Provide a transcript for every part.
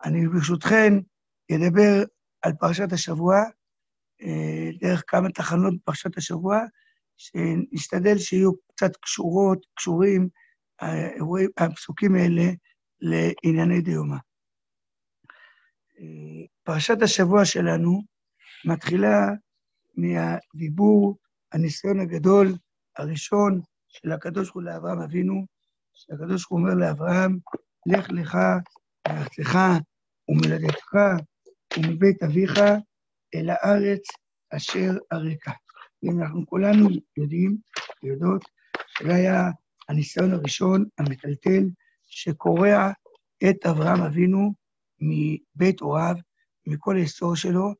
אני ברשותכן אדבר על פרשת השבוע, דרך כמה תחנות בפרשת השבוע, שנשתדל שיהיו קצת קשורים, הפסוקים האלה לענייני דיומא. פרשת השבוע שלנו מתחילה מהדיבור, הניסיון הגדול הראשון של הקדוש ברוך הוא לאברהם אבינו, שהקדוש ברוך הוא אומר לאברהם, לך לך מארצך ומולדתך ומבית אביך אל הארץ אשר אראך. אנחנו כולנו יודעות, שזה היה הניסיון הראשון, המטלטל, שקורע את אברהם אבינו מבית הוריו, מכל ההיסטוריה שלו,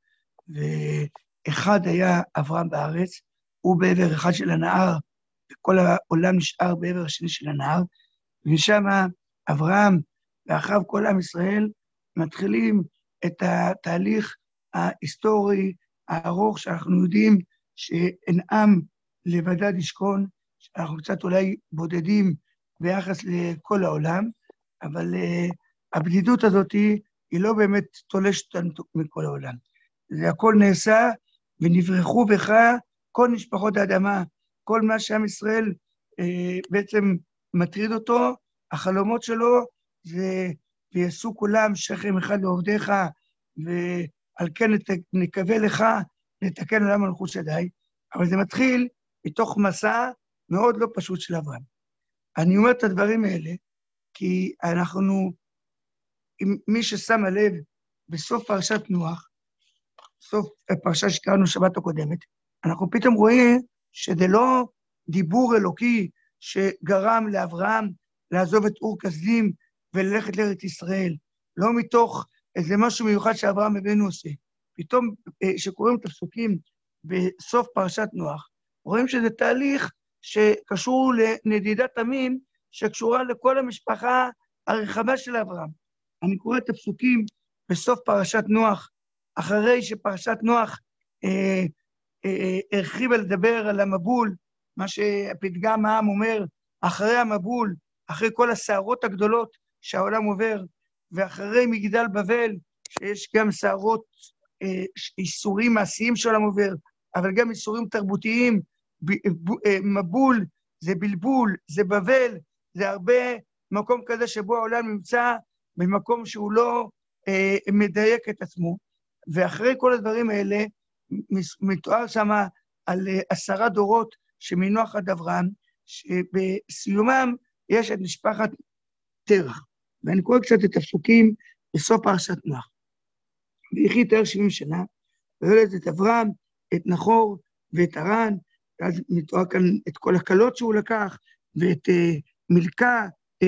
ואחד היה אברהם בארץ, הוא בעבר אחד של הנהר, וכל העולם נשאר בעבר השני של הנהר, ושם אברהם ואחריו כל עם ישראל מתחילים את התהליך ההיסטורי הארוך, שאנחנו יודעים שאין עם לבדד ישכון, שאנחנו קצת אולי בודדים ביחס לכל העולם, אבל הבדידות הזאת היא לא באמת תולשת מכל העולם. זה הכל נעשה, ונברחו בך כל משפחות האדמה, כל מה שעם ישראל בעצם מטריד אותו, החלומות שלו זה ויעשו כולם שכם אחד לעובדיך, ועל כן נקווה לך לתקן עולם מלכות שדי, אבל זה מתחיל מתוך מסע מאוד לא פשוט של אברהם. אני אומר את הדברים האלה, כי אנחנו, מי ששם הלב בסוף פרשת נוח, סוף הפרשה שקראנו שבת הקודמת, אנחנו פתאום רואים שזה לא דיבור אלוקי שגרם לאברהם לעזוב את אור כסדים וללכת לארץ ישראל, לא מתוך איזה משהו מיוחד שאברהם אבינו עושה. פתאום שקוראים את הפסוקים בסוף פרשת נוח, רואים שזה תהליך שקשור לנדידת המין, שקשורה לכל המשפחה הרחבה של אברהם. אני קורא את הפסוקים בסוף פרשת נוח, אחרי שפרשת נוח הרחיבה לדבר על המבול, מה שהפתגם העם אומר, אחרי המבול, אחרי כל הסערות הגדולות שהעולם עובר, ואחרי מגדל בבל, שיש גם סערות, איסורים מעשיים שהעולם עובר, אבל גם איסורים תרבותיים, מבול, זה בלבול, זה בבל, זה הרבה מקום כזה שבו העולם נמצא במקום שהוא לא מדייק את עצמו, ואחרי כל הדברים האלה, מתואר שמה על 10 דורות שמנוח עד אברהם, שבסיומם יש את משפחת תרח. ואני קורא קצת את הפסוקים בסוף פרשת נוח. ויחי תרח 70 שנה, ויולד את אברהם, את נחור ואת הרן, ואז מתואר כאן את כל הקלות שהוא לקח, ואת מלכה,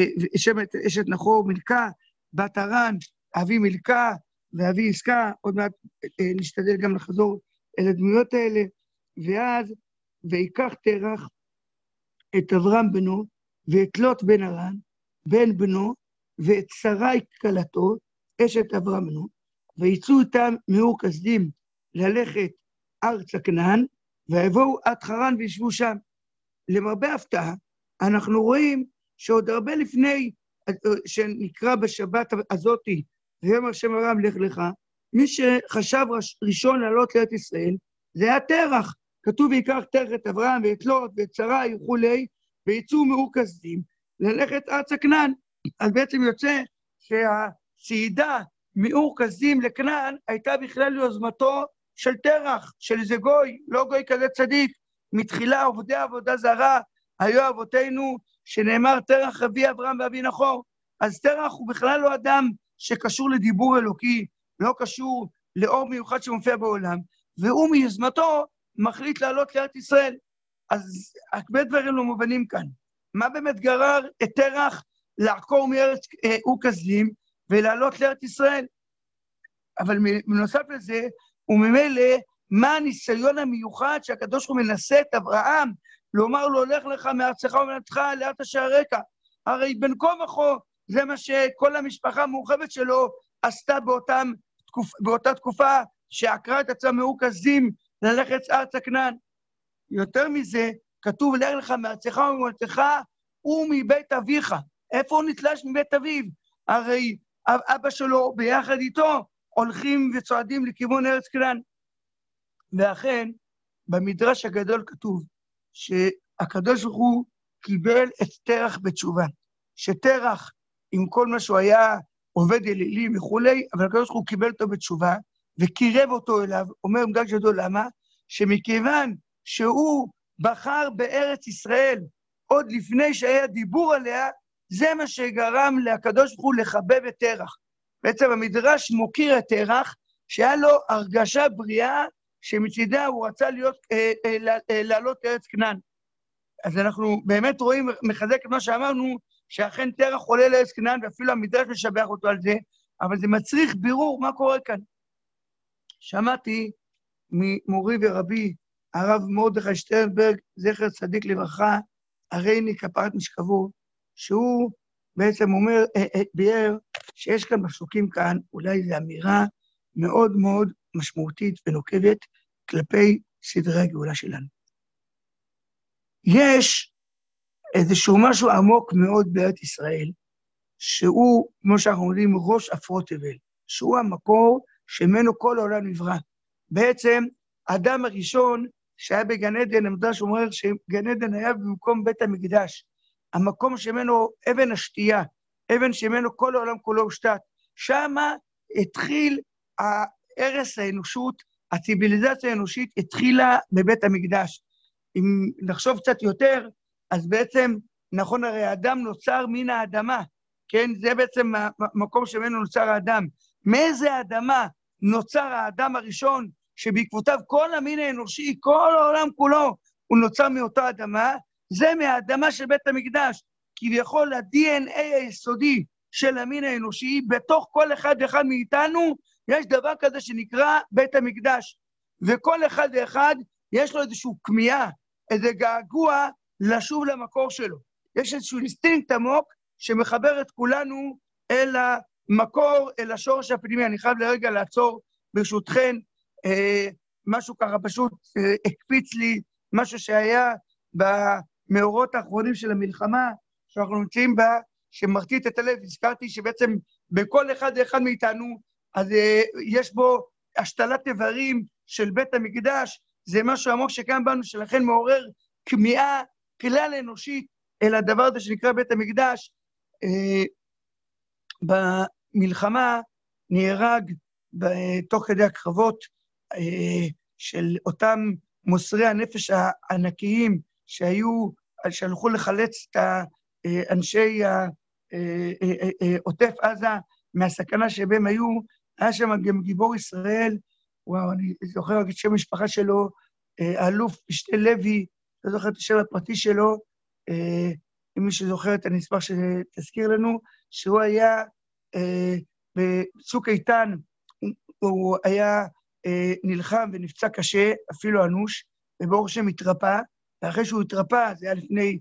אשת נחור מלכה, בת הרן, אבי מלכה, ואבי עסקה, עוד מעט נשתדל גם לחזור אל הדמויות האלה, ואז ויקח תרח את אברהם בנו, ואת לוט בן הרן, בן בנו, ואת שרי כלתו, אשת אברהם בנו, ויצאו איתם מאור כסדים ללכת ארצה כנען, ויבואו עד חרן וישבו שם. למרבה הפתעה, אנחנו רואים שעוד הרבה לפני שנקרא בשבת הזאתי, ויאמר השם אברהם לך לך, מי שחשב ראשון לעלות לארץ ישראל, זה היה תרח. כתוב ויקח תרח את אברהם ואת לוט ואת שרי וכולי, ויצאו מאור כסדים ללכת ארצה כנען. אז בעצם יוצא שהצעידה מאור כסדים לכנען הייתה בכלל ליוזמתו של תרח, של איזה גוי, לא גוי כזה צדיק. מתחילה עובדי עבודה זרה, היו אבותינו, שנאמר תרח אבי אברהם ואבי נחור. אז תרח הוא בכלל לא אדם שקשור לדיבור אלוקי, לא קשור לאור מיוחד שמופיע בעולם, והוא מיוזמתו מחליט לעלות לארץ ישראל. אז הרבה דברים לא מובנים כאן. מה באמת גרר את תרח לעקור מארץ אור כסדים ולעלות לארץ ישראל? אבל מנוסף לזה, וממילא מה הניסיון המיוחד שהקדוש ברוך הוא מנסה את אברהם, לומר לו הולך לך מארצך ומולדתך לארץ אשר אראך. הרי בין כה וכה זה מה שכל המשפחה המורחבת שלו עשתה באותה תקופה שעקרה את עצמה מאור כסדים ללכת ארצה כנען. יותר מזה, כתוב לך לך מארצך וממולדתך ומבית אביך. איפה הוא נתלש מבית אביו? הרי אבא שלו ביחד איתו, הולכים וצועדים לכיוון ארץ כנען. ואכן, במדרש הגדול כתוב שהקדוש ברוך הוא קיבל את תרח בתשובה, שתרח, עם כל מה שהוא היה עובד אלילים וכולי, אבל הקדוש ברוך הוא קיבל אותו בתשובה, וקירב אותו אליו, אומר מדרש גדול, למה? שמכיוון שהוא בחר בארץ ישראל, עוד לפני שהיה דיבור עליה, זה מה שגרם לקדוש ברוך הוא לחבב את תרח. בעצם המדרש מוקיר את תרח, שהיה לו הרגשה בריאה, שמצידה הוא רצה לעלות לארץ כנען. אז אנחנו באמת רואים, מחזק את מה שאמרנו, שאכן תרח עולה לארץ כנען, ואפילו המדרש משבח אותו על זה, אבל זה מצריך בירור מה קורה כאן. שמעתי ממורי ורבי, הרב מרדכי שטרנברג, זכר צדיק לברכה, הריני כפרת משכבו, שהוא בעצם אומר, ביאר, שיש כאן בפסוקים כאן, אולי זו אמירה מאוד מאוד משמעותית ונוקבת, כלפי סדרי הגאולה שלנו. יש איזשהו משהו עמוק מאוד בארץ ישראל, שהוא, כמו שאנחנו יודעים, ראש אפרות תבל, שהוא המקור שממנו כל העולם נברא. בעצם, האדם הראשון שהיה בגן עדן, המדרש אומר שגן עדן היה במקום בית המקדש, המקום שממנו אבן השתייה, אבן שממנו כל העולם כולו הושתת, שמה התחיל הערש האנושות, הציביליזציה האנושית התחילה בבית המקדש. אם נחשוב קצת יותר, אז בעצם, נכון, הרי האדם נוצר מן האדמה, כן? זה בעצם המקום שממנו נוצר האדם. מאיזה האדמה נוצר האדם הראשון, שבעקבותיו כל המין האנושי, כל העולם כולו, הוא נוצר מאותה אדמה, זה מהאדמה של בית המקדש, כביכול ה-DNA היסודי של המין האנושי, בתוך כל אחד ואחד מאיתנו, יש דבר כזה שנקרא בית המקדש, וכל אחד ואחד יש לו איזשהו כמיהה, איזה געגוע לשוב למקור שלו. יש איזשהו אינסטינקט עמוק שמחבר את כולנו אל המקור, אל השורש הפנימי. אני חייב לרגע לעצור ברשותכן, משהו ככה פשוט הקפיץ לי, משהו שהיה במאורות האחרונים של המלחמה, שאנחנו נמצאים בה, שמרטיט את הלב. הזכרתי שבעצם בכל אחד ואחד מאיתנו, אז יש בו השתלת איברים של בית המקדש, זה משהו עמוק שקיים בנו, שלכן מעורר כמיהה כלל אנושית אל הדבר הזה שנקרא בית המקדש. במלחמה נהרג תוך כדי הקרבות של אותם מוסרי הנפש הענקיים שהלכו לחלץ את אנשי עוטף עזה מהסכנה שבהם היו, היה שם גם גיבור ישראל, וואו, אני זוכר רק את שם המשפחה שלו, האלוף משתה לוי, לא זוכר את השם הפרטי שלו, אם מי שזוכר את הנשמח שתזכיר לנו, שהוא היה בצוק איתן, הוא היה נלחם ונפצע קשה, אפילו אנוש, וברוך השם התרפא, ואחרי שהוא התרפא, זה היה לפני,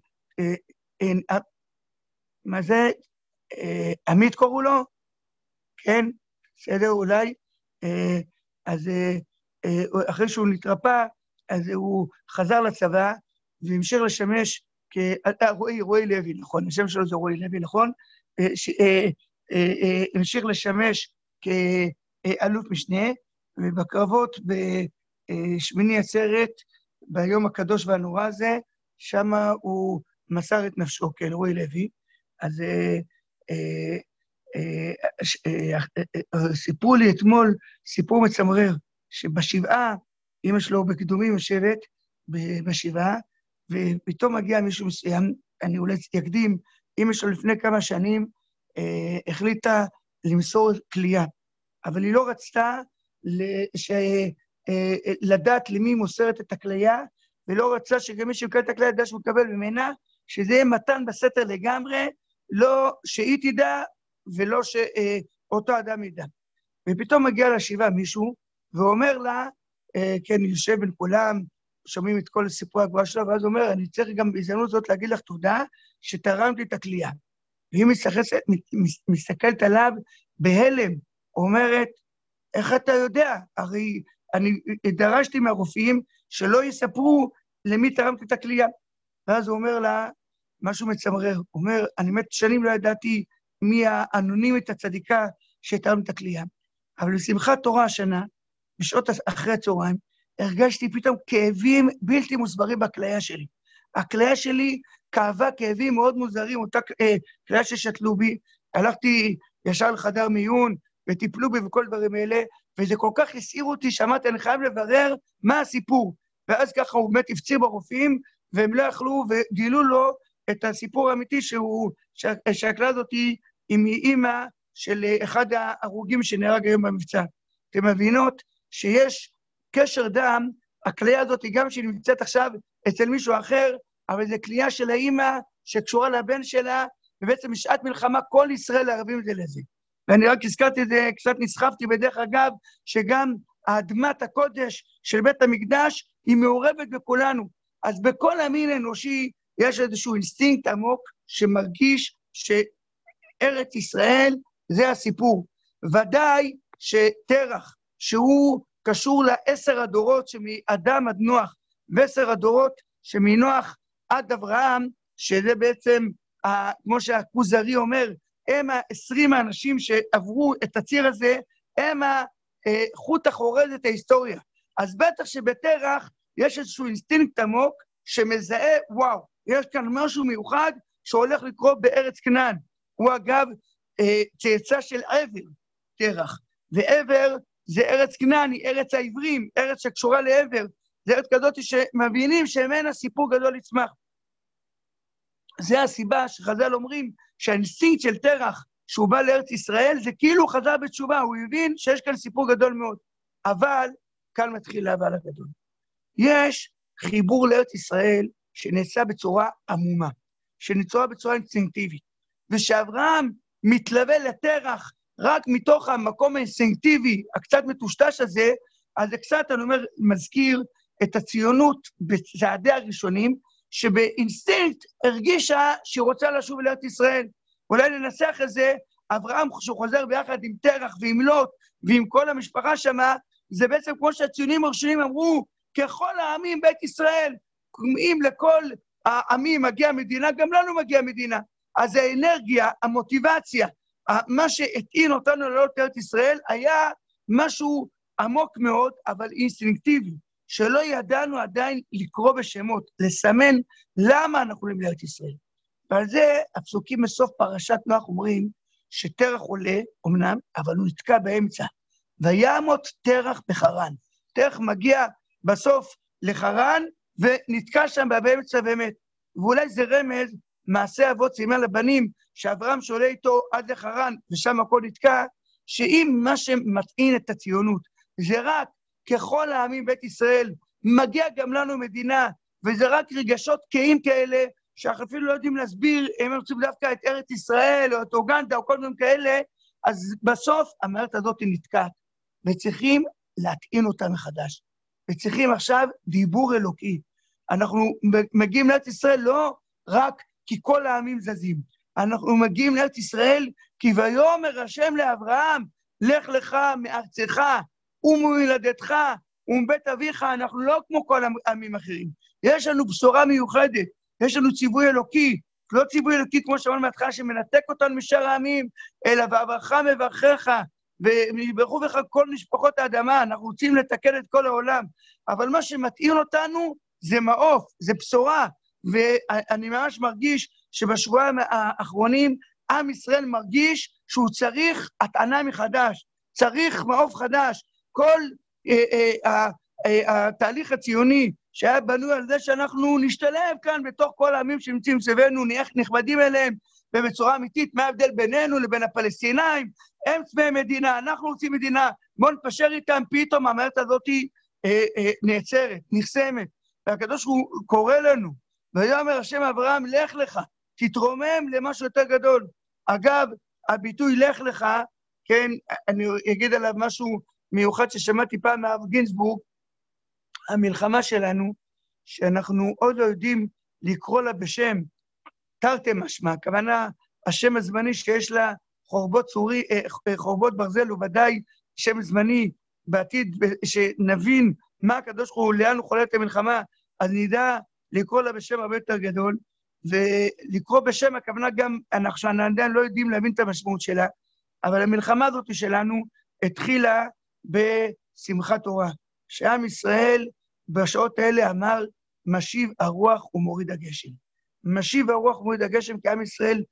מה זה? עמית קוראו לו? כן, בסדר, אולי. אז אחרי שהוא נתרפא, אז הוא חזר לצבא, והמשיך לשמש רועי לוי, נכון, השם שלו זה רועי לוי, נכון? המשיך לשמש כאלוף משנה, ובקרבות בשמיני עצרת, ביום הקדוש והנורא הזה, שם הוא מסר את נפשו, כן, רועי לוי. אז סיפרו לי אתמול סיפור מצמרר, שבשבעה, אמא שלו בקדומים יושבת בשבעה, ופתאום מגיע מישהו מסוים, אני אולי אקדים, אמא שלו לפני כמה שנים החליטה למסור כלייה, אבל היא לא רצתה לדעת למי מוסרת את הכליה, ולא רצה שגם מי שמקבל את הכליה ידע שהוא מקבל ממנה, שזה יהיה מתן בסתר לגמרי, לא שהיא תדע ולא שאותו אדם ידע. ופתאום מגיע לשבעה מישהו, ואומר לה, כן, יושב בין כולם, שומעים את כל סיפורי הגבוהה שלו, ואז הוא אומר, אני צריך גם בהזדמנות זאת להגיד לך תודה, שתרמתי את הכלייה. והיא מסתכלת עליו בהלם, אומרת, איך אתה יודע? הרי אני דרשתי מהרופאים שלא יספרו למי תרמתי את הכלייה. ואז הוא אומר לה, משהו מצמרר, הוא אומר, אני באמת שנים לא ידעתי מהאנונימית הצדיקה שהייתה לנו את הכלייה. אבל בשמחת תורה השנה, בשעות אחרי הצהריים, הרגשתי פתאום כאבים בלתי מוסברים בכליה שלי. הכליה שלי כאבה כאבים מאוד מוזרים, אותה כליה ששתלו בי, הלכתי ישר לחדר מיון, וטיפלו בי וכל דברים האלה, וזה כל כך הסעיר אותי, שאמרתי, אני חייב לברר מה הסיפור. ואז ככה הוא באמת הפציר ברופאים, והם לא יכלו, וגילו לו את הסיפור האמיתי, שהכליה הזאת היא אימא של אחד ההרוגים שנהרג היום במבצע. אתם מבינות שיש קשר דם, הכליה הזאת היא גם שנמצאת עכשיו אצל מישהו אחר, אבל זה כליה של האימא שקשורה לבן שלה, ובעצם בשעת מלחמה כל ישראל ערבים את זה לזה. ואני רק הזכרתי את זה, קצת נסחפתי בדרך אגב, שגם האדמת הקודש של בית המקדש היא מעורבת בכולנו. אז בכל המין האנושי יש איזשהו אינסטינקט עמוק שמרגיש שארץ ישראל זה הסיפור. ודאי שתרח, שהוא קשור ל10 הדורות שמאדם עד נוח, ו10 הדורות שמנוח עד אברהם, שזה בעצם, כמו שהכוזרי אומר, הם 20 האנשים שעברו את הציר הזה, הם החוט החורז את ההיסטוריה. אז בטח שבתרח יש איזשהו אינסטינקט עמוק שמזהה, וואו, יש כאן משהו מיוחד שהולך לקרות בארץ כנען. הוא אגב צאצא של עבר, תרח, ועבר זה ארץ כנען, היא ארץ העברים, ארץ שקשורה לעבר, זה ארץ כזאת שמבינים שממנה סיפור גדול יצמח. זה הסיבה שחז"ל אומרים שהאינסטינקט של תרח, שהוא בא לארץ ישראל, זה כאילו חזר בתשובה, הוא הבין שיש כאן סיפור גדול מאוד. אבל, כאן מתחיל אבל הגדול. יש חיבור לארץ ישראל שנעשה בצורה עמומה, שנצורה בצורה אינסטינקטיבית, ושאברהם מתלווה לתרח רק מתוך המקום האינסטינקטיבי, הקצת מטושטש הזה, אז זה קצת, אני אומר, מזכיר את הציונות בצעדי הראשונים, שבאינסטינקט הרגישה שהיא רוצה לשוב לארץ ישראל. אולי ננסח את זה, אברהם, שהוא חוזר ביחד עם תרח ועם לוט, ועם כל המשפחה שמה, זה בעצם כמו שהציונים הראשונים אמרו, ככל העמים בית ישראל, אם לכל העמים מגיע מדינה, גם לנו מגיע מדינה. אז האנרגיה, המוטיבציה, מה שהטעין אותנו לעלות לארץ ישראל, היה משהו עמוק מאוד, אבל אינסטינקטיבי, שלא ידענו עדיין לקרוא בשמות, לסמן למה אנחנו עולים לארץ ישראל. ועל זה הפסוקים בסוף פרשת נוח אומרים שתרח עולה, אמנם, אבל הוא נתקע באמצע. וימות תרח בחרן. תרח מגיע בסוף לחרן, ונתקע שם באמצע באמת. ואולי זה רמז, מעשה אבות סיימה לבנים, שאברהם שעולה איתו עד לחרן, ושם הכל נתקע, שאם מה שמטעין את הציונות, זה רק ככל העמים בית ישראל, מגיע גם לנו מדינה, וזה רק רגשות קיים כאלה, שאנחנו אפילו לא יודעים להסביר, אם הם רוצים דווקא את ארץ ישראל, או את אוגנדה, או כל מיני כאלה, אז בסוף המערכת הזאת נתקעת, וצריכים להטעין אותה מחדש, וצריכים עכשיו דיבור אלוקי. אנחנו מגיעים לארץ ישראל לא רק כי כל העמים זזים, אנחנו מגיעים לארץ ישראל, כי ויאמר השם לאברהם, לך לך מארצך, וממולדתך, ומבית אביך, אנחנו לא כמו כל העמים אחרים. יש לנו בשורה מיוחדת, יש לנו ציווי אלוקי, לא ציווי אלוקי כמו שאמרנו מההתחלה, שמנתק אותנו משאר העמים, אלא ואברכה מברכך, ויברכו בך כל משפחות האדמה, אנחנו רוצים לתקן את כל העולם, אבל מה שמטעין אותנו זה מעוף, זה בשורה, ואני ממש מרגיש שבשבועיים האחרונים, עם ישראל מרגיש שהוא צריך הטענה מחדש, צריך מעוף חדש, כל התהליך הציוני שהיה בנוי על זה שאנחנו נשתלב כאן בתוך כל העמים שנמצאים סביבנו, נהיה נכבדים אליהם, ובצורה אמיתית, מה ההבדל בינינו לבין הפלסטינאים, הם צמאי מדינה, אנחנו רוצים מדינה, בואו נפשר איתם, פתאום המערכת הזאת נעצרת, נחסמת, והקדוש הוא קורא לנו, ויאמר השם אברהם, לך לך, תתרומם למשהו יותר גדול. אגב, הביטוי לך לך, כן, אני אגיד עליו משהו מיוחד ששמעתי פעם מהרב גינסבורג, המלחמה שלנו, שאנחנו עוד לא יודעים לקרוא לה בשם, תרתי משמע, הכוונה השם הזמני שיש לה חורבות ברזל, וודאי שם זמני בעתיד, שנבין מה הקדוש ברוך הוא, לאן הוא חולל את המלחמה, אז נדע לקרוא לה בשם הרבה יותר גדול, ולקרוא בשם הכוונה גם, אנחנו עדיין לא יודעים להבין את המשמעות שלה, אבל המלחמה הזאת שלנו התחילה בשמחת תורה, שעם ישראל בשעות האלה אמר, משיב הרוח ומוריד הגשם. משיב הרוח ומוריד הגשם, כי עם ישראל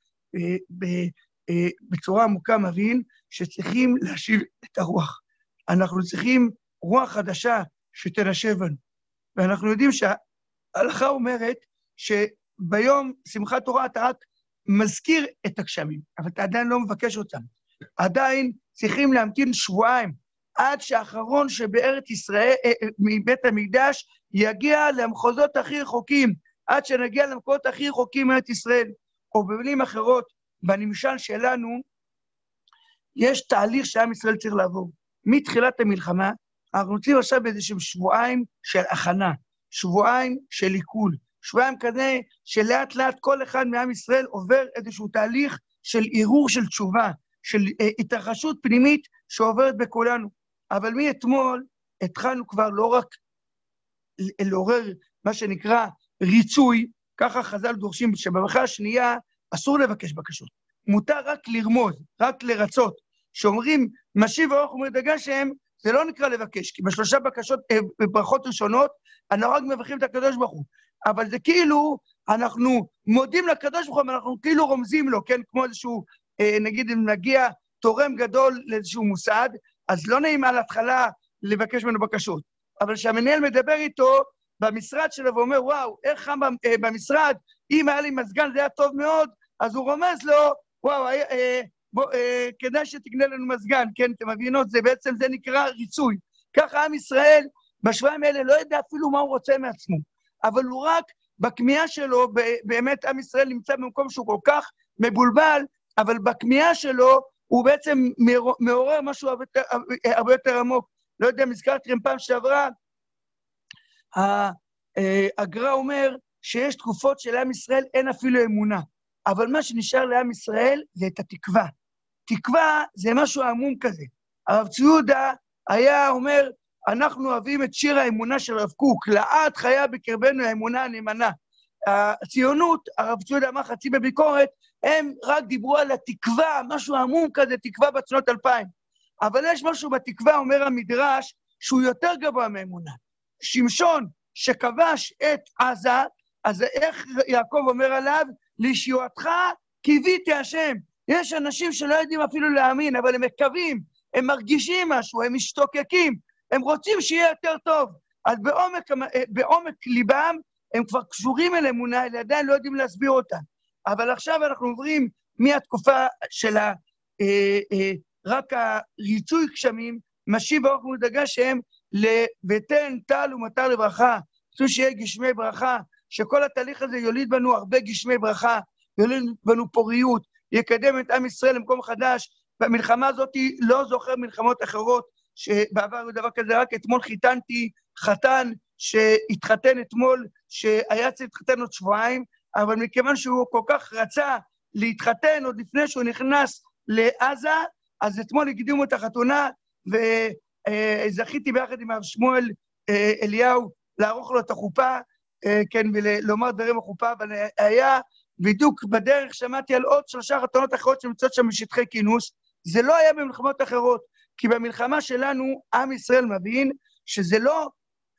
בצורה עמוקה מבין שצריכים להשיב את הרוח. אנחנו צריכים רוח חדשה שתנשב בנו. ואנחנו יודעים שההלכה אומרת שביום שמחת תורה אתה רק מזכיר את הגשמים, אבל אתה עדיין לא מבקש אותם. עדיין צריכים להמתין שבועיים, עד שהאחרון שבארץ ישראל, מבית המקדש, יגיע למחוזות הכי רחוקים, עד שנגיע למקומות הכי רחוקים מארץ ישראל. או במילים אחרות, בנמשל שלנו, יש תהליך שעם ישראל צריך לעבור. מתחילת המלחמה, אנחנו רוצים עכשיו באיזשהם שבועיים של הכנה, שבועיים של עיכול, שבועיים כזה שלאט לאט כל אחד מעם ישראל עובר איזשהו תהליך של ערעור של תשובה, של התרחשות פנימית שעוברת בכולנו. אבל מאתמול התחלנו כבר לא רק לעורר מה שנקרא ריצוי, ככה חז"ל דורשים שבברכה השנייה אסור לבקש בקשות, מותר רק לרמוז, רק לרצות. שאומרים משיב הרוח ומוריד הגשם, זה לא נקרא לבקש, כי בשלושה ברכות ראשונות אנחנו רק מברכים את הקדוש ברוך הוא, אבל זה כאילו אנחנו מודים לקדוש ברוך הוא, אנחנו כאילו רומזים לו, כן, כמו איזשהו, נגיד אם נגיע תורם גדול לאיזשהו מוסד, אז לא נעים על התחלה לבקש ממנו בקשות, אבל שהמנהל מדבר איתו במשרד שלו ואומר, וואו, איך חם במשרד, אם היה לי מזגן זה היה טוב מאוד, אז הוא רומז לו, וואו, כדאי שתקנה לנו מזגן, כן, אתם מבינות, זה בעצם, זה נקרא ריצוי. ככה עם ישראל בשבועיים האלה לא יודע אפילו מה הוא רוצה מעצמו, אבל הוא רק בכמיהה שלו, באמת עם ישראל נמצא במקום שהוא כל כך מבולבל, אבל בכמיהה שלו הוא בעצם מעורר משהו הרבה יותר עמוק. לא יודע, מזכרתי לכם פעם שעברה, הגר"א אומר שיש תקופות של עם ישראל אין אפילו אמונה, אבל מה שנשאר לעם ישראל זה את התקווה. תקווה זה משהו עמום כזה. הרב צבי יהודה היה אומר, אנחנו אוהבים את שיר האמונה של הרב קוק, לעד חיה בקרבנו האמונה הנאמנה. הציונות, הרב צבי יהודה אמר חצי בביקורת, הם רק דיברו על התקווה, משהו עמום כזה, תקווה בצנות 2000. אבל יש משהו בתקווה, אומר המדרש, שהוא יותר גבוה מאמונה. שמשון שכבש את עזה, אז איך יעקב אומר עליו? לישועתך קיוויתי השם. יש אנשים שלא יודעים אפילו להאמין, אבל הם מקווים, הם מרגישים משהו, הם משתוקקים, הם רוצים שיהיה יותר טוב. אז בעומק ליבם הם כבר קשורים אל אמונה, הם עדיין לא יודעים להסביר אותה. אבל עכשיו אנחנו עוברים מהתקופה של רק הריצוי גשמים, משיב הרוח ומוריד הגשם, ותן טל ומטר לברכה, רוצים שיהיה גשמי ברכה, שכל התהליך הזה יוליד בנו הרבה גשמי ברכה, יוליד בנו פוריות, יקדם את עם ישראל למקום חדש. במלחמה הזאת לא זוכר מלחמות אחרות, שבעבר הוא דבר כזה, רק אתמול חיתנתי חתן שהתחתן אתמול, שהיה צריך להתחתן עוד שבועיים, אבל מכיוון שהוא כל כך רצה להתחתן עוד לפני שהוא נכנס לעזה, אז אתמול הקדימו את החתונה, וזכיתי ביחד עם הרב שמואל אליהו לערוך לו את החופה, כן, ולומר דברים בחופה, אבל היה בדיוק בדרך שמעתי על עוד 3 חתונות אחרות שנמצאות שם בשטחי כינוס. זה לא היה במלחמות אחרות, כי במלחמה שלנו עם ישראל מבין שזה לא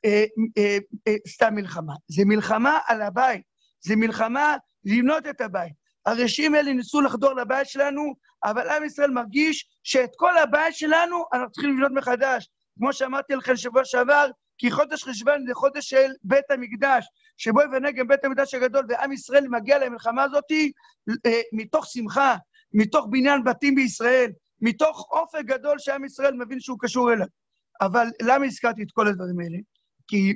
סתם מלחמה, זה מלחמה על הבית, זה מלחמה לבנות את הבית. הרשעים האלה ניסו לחדור לבית שלנו, אבל עם ישראל מרגיש שאת כל הבית שלנו אנחנו צריכים לבנות מחדש. כמו שאמרתי לכם שבוע שעבר, כי חודש חשבן זה חודש של בית המקדש, שבו יבנה גם בית המקדש הגדול, ועם ישראל מגיע למלחמה הזאת מתוך שמחה, מתוך בניין בתים בישראל, מתוך אופק גדול שעם ישראל מבין שהוא קשור אליו. אבל למה הזכרתי את כל הדברים האלה? כי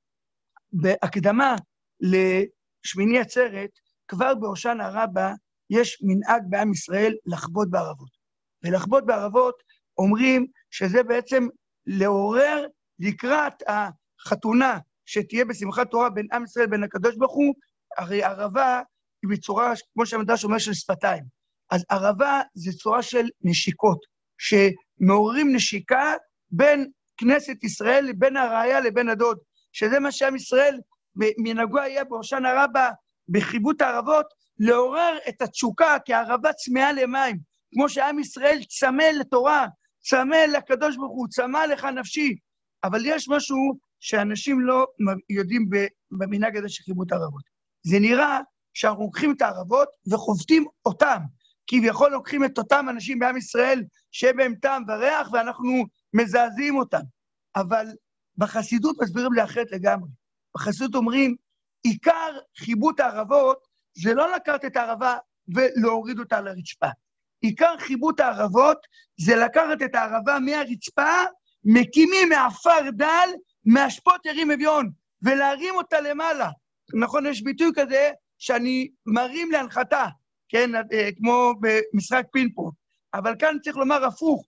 בהקדמה לשמיני עצרת, כבר בהושענא רבה יש מנהג בעם ישראל לחבוט בערבות. ולחבוט בערבות אומרים שזה בעצם לעורר לקראת החתונה שתהיה בשמחת תורה בין עם ישראל בין הקדוש ברוך הוא. הרי ערבה היא בצורה, כמו שהמדרש אומר, של שפתיים. אז ערבה זה צורה של נשיקות, שמעוררים נשיקה בין כנסת ישראל לבין הרעיה לבין הדוד, שזה מה שעם ישראל מנהגו היה בהושענא רבה בחיבוט הערבות, לעורר את התשוקה, כי הערבה צמאה למים, כמו שעם ישראל צמא לתורה, צמא לקדוש ברוך הוא, צמא לך נפשי, אבל יש משהו שאנשים לא יודעים במנהג הזה של חיבוט הערבות. זה נראה שאנחנו לוקחים את הערבות וחובטים אותם, כביכול לוקחים את אותם אנשים בעם ישראל שבהם טעם וריח, ואנחנו מזעזעים אותם. אבל בחסידות מסבירים לאחרת לגמרי. בחסידות אומרים, עיקר חיבוט הערבות זה לא לקחת את הערבה ולהוריד אותה לרצפה. עיקר חיבוט הערבות זה לקחת את הערבה מהרצפה, מקימים מעפר דל, מהשפות ירים אביון, ולהרים אותה למעלה. נכון, יש ביטוי כזה שאני מרים להנחתה, כן, כמו במשחק פינפונג. אבל כאן צריך לומר הפוך,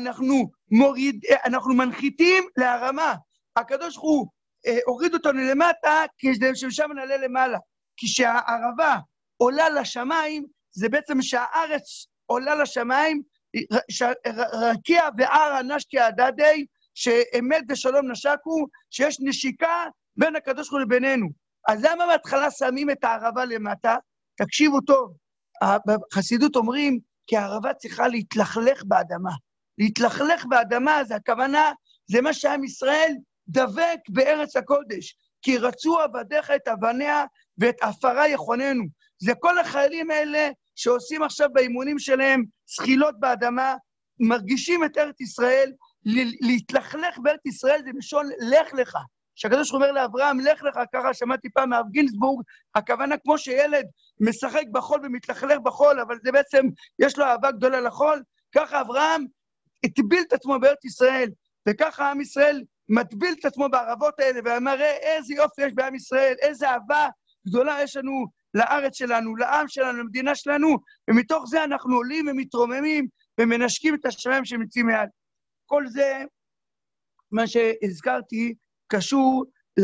אנחנו מנחיתים להרמה. הקדוש ברוך הוא הוריד אותנו למטה, כדי ששם נעלה למעלה. כשהערבה עולה לשמיים, זה בעצם שהארץ עולה לשמיים, רקיע וערה נשקי הדדי, שאמת ושלום נשקו, שיש נשיקה בין הקדוש ברוך הוא לבינינו. אז למה בהתחלה שמים את הערבה למטה? תקשיבו טוב, בחסידות אומרים, כי הערבה צריכה להתלכלך באדמה. להתלכלך באדמה, זה הכוונה, זה מה שעם ישראל דבק בארץ הקודש, כי רצו עבדיך את אבניה ואת עפרה יחוננו. זה כל החיילים האלה שעושים עכשיו באימונים שלהם זחילות באדמה, מרגישים את ארץ ישראל, להתלכלך בארץ ישראל זה משון לך לך. שהקדוש אומר לאברהם, לך לך, ככה שמעתי פעם מהרב גינסבורג, הכוונה כמו שילד משחק בחול ומתלכלך בחול, אבל זה בעצם, יש לו אהבה גדולה לחול, ככה אברהם הטביל את עצמו בארץ ישראל, וככה עם ישראל מטביל את עצמו בערבות האלה, ואמר, איזה יופי יש בעם ישראל, איזה אהבה גדולה יש לנו לארץ שלנו, לעם שלנו, למדינה שלנו, ומתוך זה אנחנו עולים ומתרוממים, ומנשקים את השמיים שמצאים מעל. כל זה, מה שהזכרתי, קשור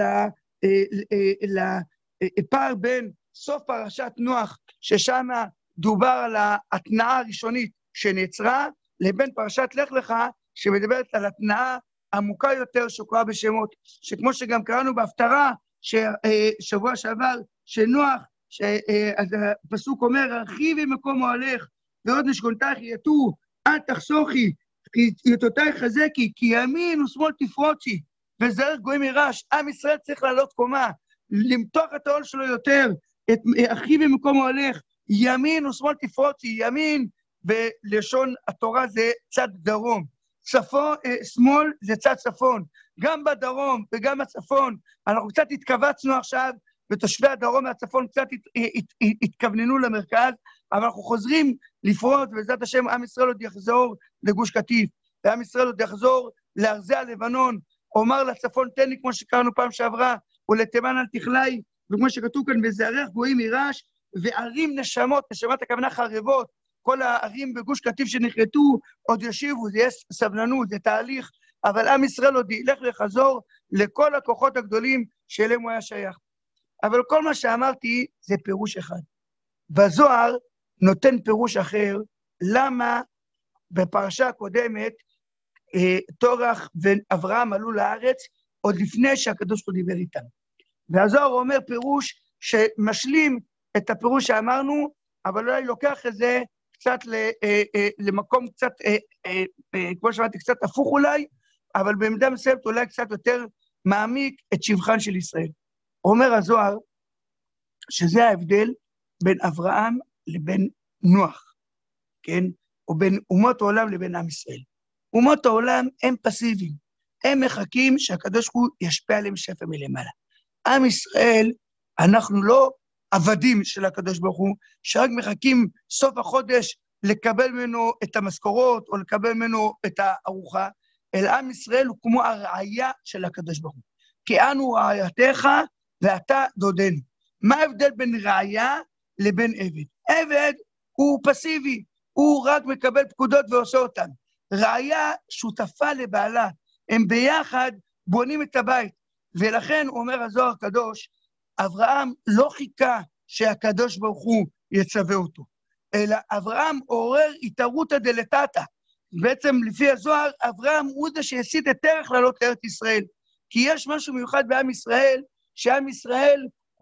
לפער בין סוף פרשת נוח, ששם דובר על ההתנאה הראשונית שנעצרה, לבין פרשת לך לך, שמדברת על התנאה עמוקה יותר שקורה בשמות, שכמו שגם קראנו בהפטרה, שבוע שעבר, שנוח, אז הפסוק אומר, הרחיבי מקום אוהלך, ועוד נשכונתך יטו, אל תחסוכי, יתותייך חזקי, כי ימין ושמאל תפרוצי, וזרח גויים ירש. עם ישראל צריך לעלות קומה, למתוח את העול שלו יותר, את אחי במקום הולך, ימין ושמאל תפרוצי, ימין בלשון התורה זה צד דרום, שמאל זה צד צפון, גם בדרום וגם בצפון, אנחנו קצת התכווצנו עכשיו, ותושבי הדרום והצפון קצת התכווננו למרכז, אבל אנחנו חוזרים לפרוץ, ובעזרת השם עם ישראל עוד יחזור לגוש קטיף, ועם ישראל עוד יחזור לארזי הלבנון, אומר לצפון תן לי, כמו שקראנו פעם שעברה, ולתימן אל תכלי, וכמו שכתוב כאן, וזרח גויים יירש, וערים נשמות, נשמת הכוונה חרבות, כל הערים בגוש קטיף שנחרטו, עוד ישיבו, זה יש סבלנות, זה תהליך, אבל עם ישראל עוד ילך לחזור לכל הכוחות הגדולים שאליהם הוא היה שייך. אבל כל מה שאמרתי זה פירוש אחד. בזוהר נותן פירוש אחר, למה בפרשה הקודמת, תורח ואברהם עלו לארץ, עוד לפני שהקדוש ברוך הוא דיבר איתם. והזוהר אומר פירוש שמשלים את הפירוש שאמרנו, אבל אולי לוקח את זה קצת למקום קצת, כמו שאמרתי, קצת הפוך אולי, אבל במידה מסוימת אולי קצת יותר מעמיק את שבחן של ישראל. אומר הזוהר שזה ההבדל בין אברהם לבין נוח, כן? או בין אומות העולם לבין עם ישראל. אומות העולם הם פסיביים, הם מחכים שהקדוש ברוך הוא ישפיע עליהם שפע מלמעלה. עם ישראל, אנחנו לא עבדים של הקדוש ברוך הוא, שרק מחכים סוף החודש לקבל ממנו את המשכורות, או לקבל ממנו את הארוחה, אלא עם ישראל הוא כמו הרעיה של הקדוש ברוך הוא. כי אנו רעייתך ואתה דודנו. מה ההבדל בין רעיה לבין עבד? עבד הוא פסיבי, הוא רק מקבל פקודות ועושה אותן. רעיה שותפה לבעלה, הם ביחד בונים את הבית, ולכן אומר הזוהר הקדוש, אברהם לא חיכה שהקדוש ברוך הוא יצווה אותו, אלא אברהם עורר התערותא דלתתא, בעצם לפי הזוהר, אברהם הוא זה שהסית את דרך לעלות לארץ ישראל, כי יש משהו מיוחד בעם ישראל, שעם ישראל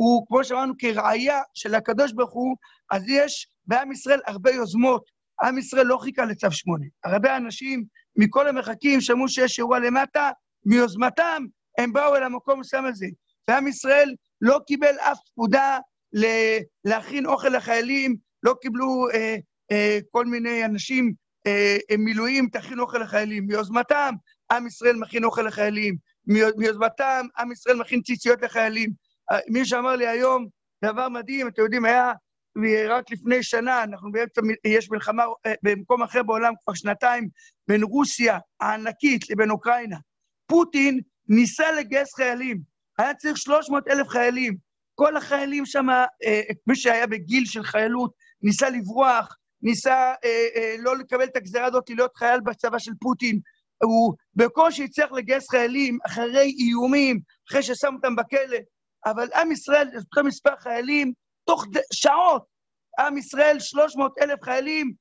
הוא, כמו שאמרנו, כראיה של הקדוש ברוך הוא, אז יש בעם ישראל הרבה יוזמות. עם ישראל לא חיכה לצו 8. הרבה אנשים מכל המרחקים שמעו שיש אירוע למטה, מיוזמתם הם באו אל המקום מסוים הזה. ועם ישראל לא קיבל אף פקודה להכין אוכל לחיילים, לא קיבלו כל מיני אנשים מילואים תכין אוכל לחיילים. מיוזמתם עם ישראל מכין אוכל לחיילים, מיוזמתם עם ישראל מכין ציציות לחיילים. מי שאמר לי היום, דבר מדהים, אתם יודעים, היה רק לפני שנה, אנחנו באמצע, יש מלחמה במקום אחר בעולם כבר שנתיים, בין רוסיה הענקית לבין אוקראינה. פוטין ניסה לגייס חיילים, היה צריך 300,000 חיילים, כל החיילים שם, מי שהיה בגיל של חיילות, ניסה לברוח, ניסה לא לקבל את הגזרה הזאת, להיות חייל בצבא של פוטין, הוא בקושי הצליח לגייס חיילים, אחרי איומים, אחרי ששם אותם בכלא, אבל עם ישראל, יש מספר חיילים, תוך שעות, עם ישראל 300,000 חיילים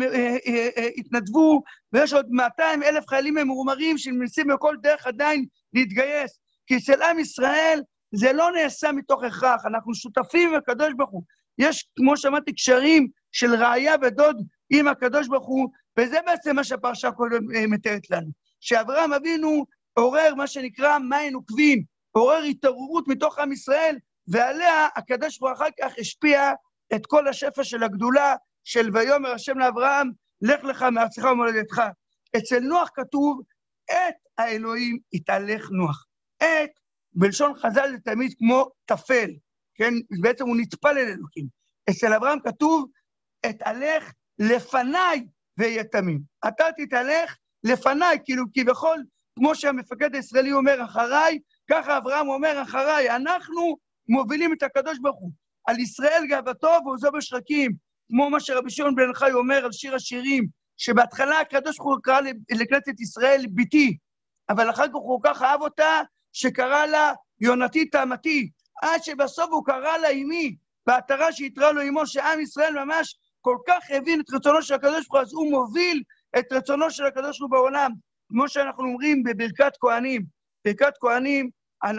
התנדבו, ויש עוד 200,000 חיילים ממורמרים שמנסים בכל דרך עדיין להתגייס, כי אצל עם ישראל זה לא נעשה מתוך הכרח, אנחנו שותפים עם הקדוש ברוך הוא, יש כמו שמעתי קשרים של ראיה ודוד עם הקדוש ברוך הוא, וזה בעצם מה שהפרשה קודם מתארת לנו, שאברהם אבינו עורר מה שנקרא מים עוקבים, עורר התעוררות מתוך עם ישראל, ועליה הקדוש ברוך הוא אחר כך השפיע את כל השפע של הגדולה, של ויאמר השם לאברהם, לך לך מארצך ומולדתך. אצל נוח כתוב, את האלוהים התהלך נוח. את, בלשון חז"ל זה תמיד כמו תפל, כן? בעצם הוא נטפל אל אלוקים. אצל אברהם כתוב, התהלך לפניי ויהיה תמים. אתה תתהלך לפניי, כאילו כבכל, כמו שהמפקד הישראלי אומר אחריי, ככה אברהם אומר אחריי, אנחנו מובילים את הקדוש ברוך הוא. על ישראל גאוותו ועוזו בשחקים, כמו מה שרבי שמעון בן חי אומר על שיר השירים, שבהתחלה הקדוש ברוך הוא קרא לכנסת ישראל ביתי, אבל אחר כך הוא כך אהב אותה, שקרא לה יונתי תאמתי, עד שבסוף הוא קרא לה אמי, בהתרה שהתראה לו אמו, שעם ישראל ממש כל כך הבין את רצונו של הקדוש ברוך הוא, אז הוא מוביל את רצונו של הקדוש ברוך הוא בעולם, כמו שאנחנו אומרים בברכת כהנים. ברכת כהנים,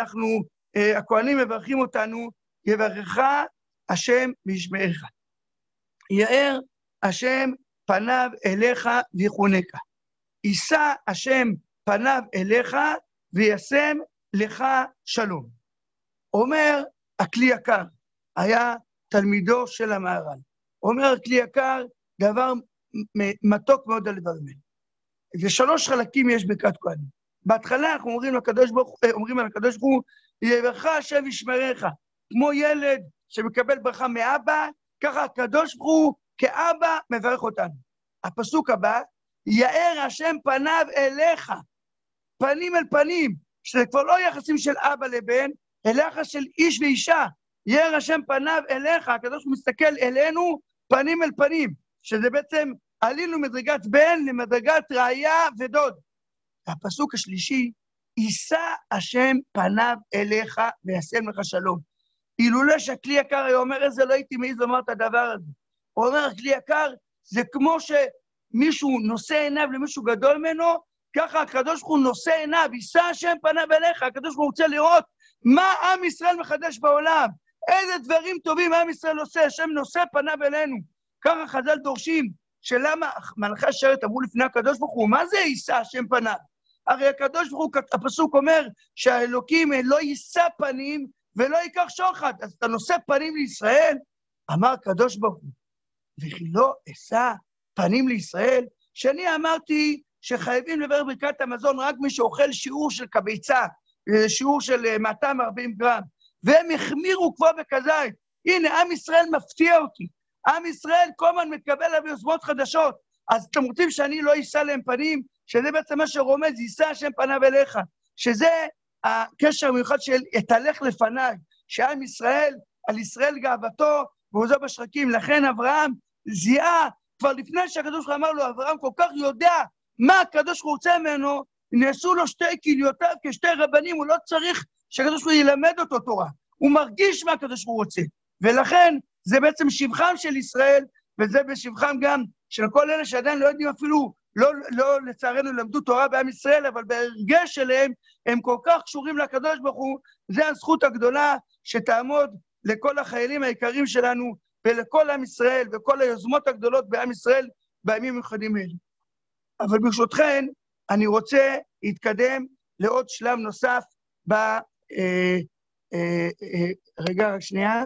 הכהנים מברכים אותנו, יברכך השם וישמעך. יאר השם פניו אליך ויחונך. יישא השם פניו אליך וישם לך שלום. אומר הכלי יקר, היה תלמידו של המהר"ל. אומר הכלי יקר, דבר מתוק מאוד על הדברים האלה. ושלוש חלקים יש ברכת כהנים. בהתחלה אנחנו אומרים על הקדוש ברוך הוא, יברכך השם וישמרך. כמו ילד שמקבל ברכה מאבא, ככה הקדוש ברוך הוא כאבא מברך אותנו. הפסוק הבא, יאר השם פניו אליך, פנים אל פנים, שזה כבר לא יחסים של אבא לבן, אלא יחס של איש ואישה. יאר השם פניו אליך, הקדוש ברוך הוא מסתכל אלינו פנים אל פנים, שזה בעצם עלינו מדרגת בן למדרגת ראיה ודוד. והפסוק השלישי, יישא השם פניו אליך וישם לך שלום. אילולא שהכלי יקר היה אומר את זה, לא הייתי מעז לומר את הדבר הזה. הוא אומר, הכלי יקר זה כמו שמישהו נושא עיניו למישהו גדול ממנו, ככה הקדוש ברוך הוא נושא עיניו, יישא השם פניו אליך, הקדוש ברוך הוא רוצה לראות מה עם ישראל מחדש בעולם, איזה דברים טובים עם ישראל עושה, השם נושא פניו אלינו. ככה חז"ל דורשים, שלמה מלאכי השרת אמרו לפני הקדוש ברוך הוא, מה זה יישא השם פניו? הרי הקדוש ברוך הוא, הפסוק אומר שהאלוקים לא יישא פנים ולא ייקח שוחד, אז אתה נושא פנים לישראל, אמר הקדוש ברוך הוא, וכי לא אשא פנים לישראל, שאני אמרתי שחייבים לברך ברכת המזון רק מי שאוכל שיעור של כביצה, שיעור של 240 גרם, והם החמירו כבר בכזית. הנה, עם ישראל מפתיע אותי, עם ישראל כל הזמן מקבל עליו יוזמות חדשות, אז אתם רוצים שאני לא יישא להם פנים, שזה בעצם מה שרומז, יישא השם פניו אליך, שזה הקשר המיוחד של יתהלך לפניי, שעם ישראל, על ישראל גאוותו, ועוזו בשחקים. לכן אברהם זיהה, כבר לפני שהקדוש ברוך הוא אמר לו, אברהם כל כך יודע מה הקדוש ברוך הוא רוצה ממנו, נעשו לו שתי כליותיו כשתי רבנים, הוא לא צריך שהקדוש ברוך הוא ילמד אותו תורה, הוא מרגיש מה הקדוש ברוך הוא רוצה, ולכן זה בעצם שבחם של ישראל, וזה בשבחם גם של כל אלה שעדיין לא יודעים אפילו, לא לצערנו למדו תורה בעם ישראל, אבל בהרגש שלהם הם כל כך קשורים לקדוש ברוך הוא, זה הזכות הגדולה שתעמוד לכל החיילים היקרים שלנו, ולכל עם ישראל, וכל היוזמות הגדולות בעם ישראל, בימים מיוחדים אלה. אבל ברשותכן, אני רוצה להתקדם לעוד שלב נוסף רגע, רק שנייה.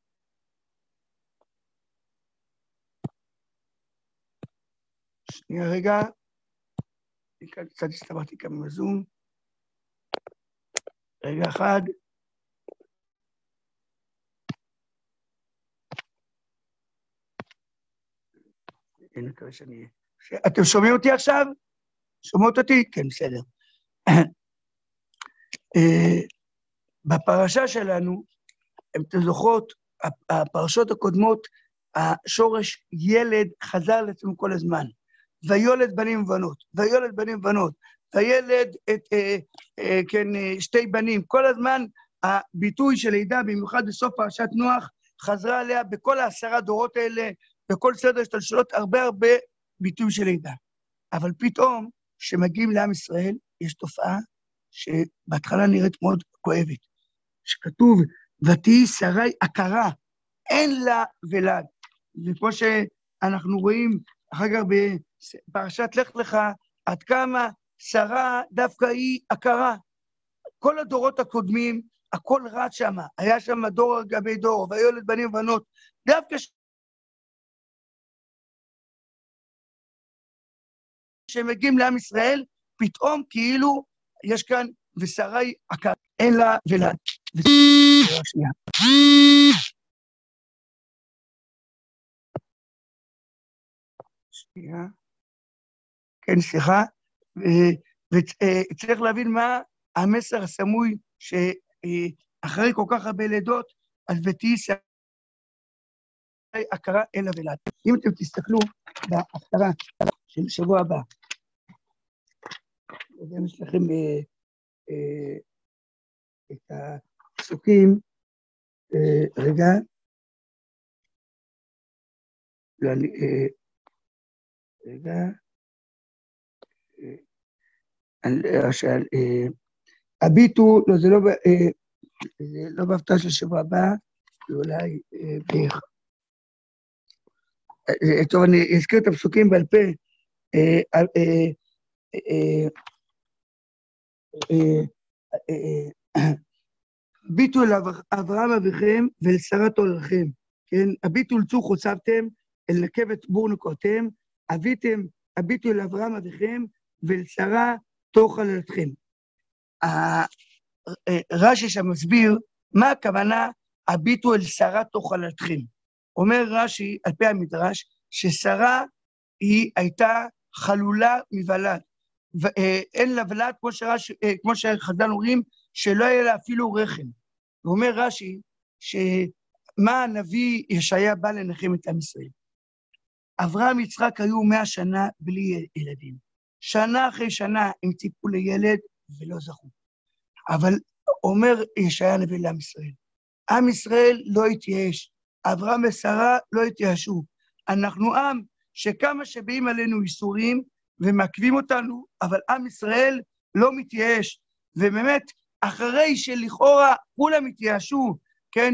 שנייה רגע. קצת הסתברתי כאן בזום. רגע אחד. אני מקווה שאני... אתם שומעים אותי עכשיו? שומעות אותי? כן, בסדר. בפרשה שלנו, אתם זוכרות, הפרשות הקודמות, השורש ילד חזר לעצמו כל הזמן. ויולד בנים ובנות, ויולד בנים ובנות, וילד שתי בנים. כל הזמן הביטוי של לידה, במיוחד בסוף פרשת נוח, חזרה עליה בכל 10 דורות האלה, בכל סדר השתלשלות, הרבה ביטוי של לידה. אבל פתאום, כשמגיעים לעם ישראל, יש תופעה שבהתחלה נראית מאוד כואבת, שכתוב, ותהי שרי עקרה, אין לה ולד. ופה שאנחנו רואים, אחר כך בפרשת לך לך, עד כמה שרה דווקא היא עקרה. כל הדורות הקודמים, הכל רץ שם, היה שם דור על גבי דור, ויולד בנים ובנות, דווקא כשמגיעים לעם ישראל, פתאום כאילו יש כאן, ושרה היא עקרה, אין לה ולד. שנייה. שנייה. כן, סליחה. וצריך להבין מה המסר הסמוי שאחרי כל כך הרבה לידות, אז ותהי שרי עקרה אין לה ולד. אם אתם תסתכלו בהפטרה של שבוע הבא, יש לכם את הפסוקים, רגע, רגע, הביטו, לא, זה לא בהפטרה של שבוע הבא, זה אולי טוב, אני אזכיר את הפסוקים בעל פה, הביטו אל אברהם אביכם ואל שרה תולדתכם, כן? הביטו אל צור חוצבתם, אל נקבת בור נקרתם, הביטו אל אברהם אביכם ואל שרה תולדתכם. רש"י שם מסביר מה הכוונה הביטו אל שרה תולדתכם. אומר רש"י על פי המדרש ששרה היא הייתה חלולה מוולד, אין לה ולד כמו שחז"ל אומרים שלא היה לה אפילו רחם. ואומר רש"י שמה הנביא ישעיה בא לנחם את עם ישראל. אברהם יצחק היו 100 שנה בלי ילדים, שנה אחרי שנה הם ציפו לילד ולא זכו. אבל אומר ישעיה הנביא לעם ישראל, עם ישראל לא התייאש, אברהם ושרה לא התייאשו. אנחנו עם שכמה שבאים עלינו איסורים ומעכבים אותנו, אבל עם ישראל לא מתייאש. ובאמת, אחרי שלכאורה כולם התייאשו, כן,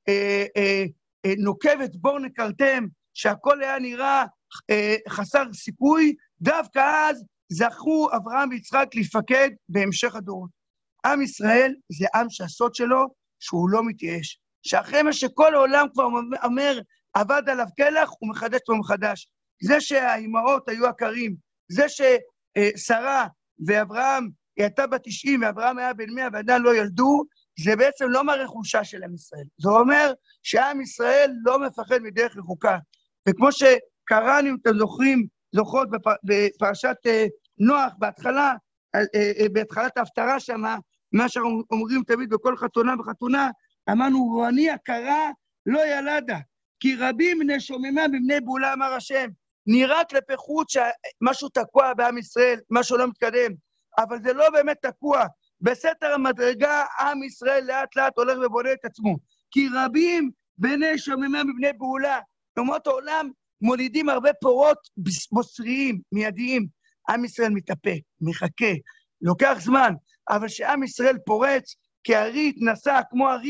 נוקבת בור נקרתם, שהכל היה נראה חסר סיכוי, דווקא אז זכו אברהם ויצחק לפקד בהמשך הדורות. עם ישראל זה עם שהסוד שלו שהוא לא מתייאש. שאחרי מה שכל העולם כבר אומר, עבד עליו כלח, הוא מחדש לו מחדש. זה שהאימהות היו עקרים, זה ששרה ואברהם, היא הייתה בת 90 ואברהם היה בן 100 ועדיין לא ילדו, זה בעצם לא מראה חולשה של עם ישראל. זה אומר שעם ישראל לא מפחד מדרך רחוקה. וכמו שקראנו, אם אתם זוכרות בפרשת נוח, בהתחלת ההפטרה שם, מה שאומרים תמיד בכל חתונה וחתונה, אמרנו, רוני עקרה לא ילדה, כי רבים בני שוממה בבני בעולה אמר השם. נראה כלפי חוץ שמשהו תקוע בעם ישראל, משהו לא מתקדם, אבל זה לא באמת תקוע. בסתר המדרגה, עם ישראל לאט לאט הולך ובונה את עצמו. כי רבים בני שוממה בבני בעולה, אומות העולם מולידים הרבה פירות בוסריים, מיידיים. עם ישראל מתאפק, מחכה, לוקח זמן, אבל שעם ישראל פורץ, כארי התנסה כמו ארי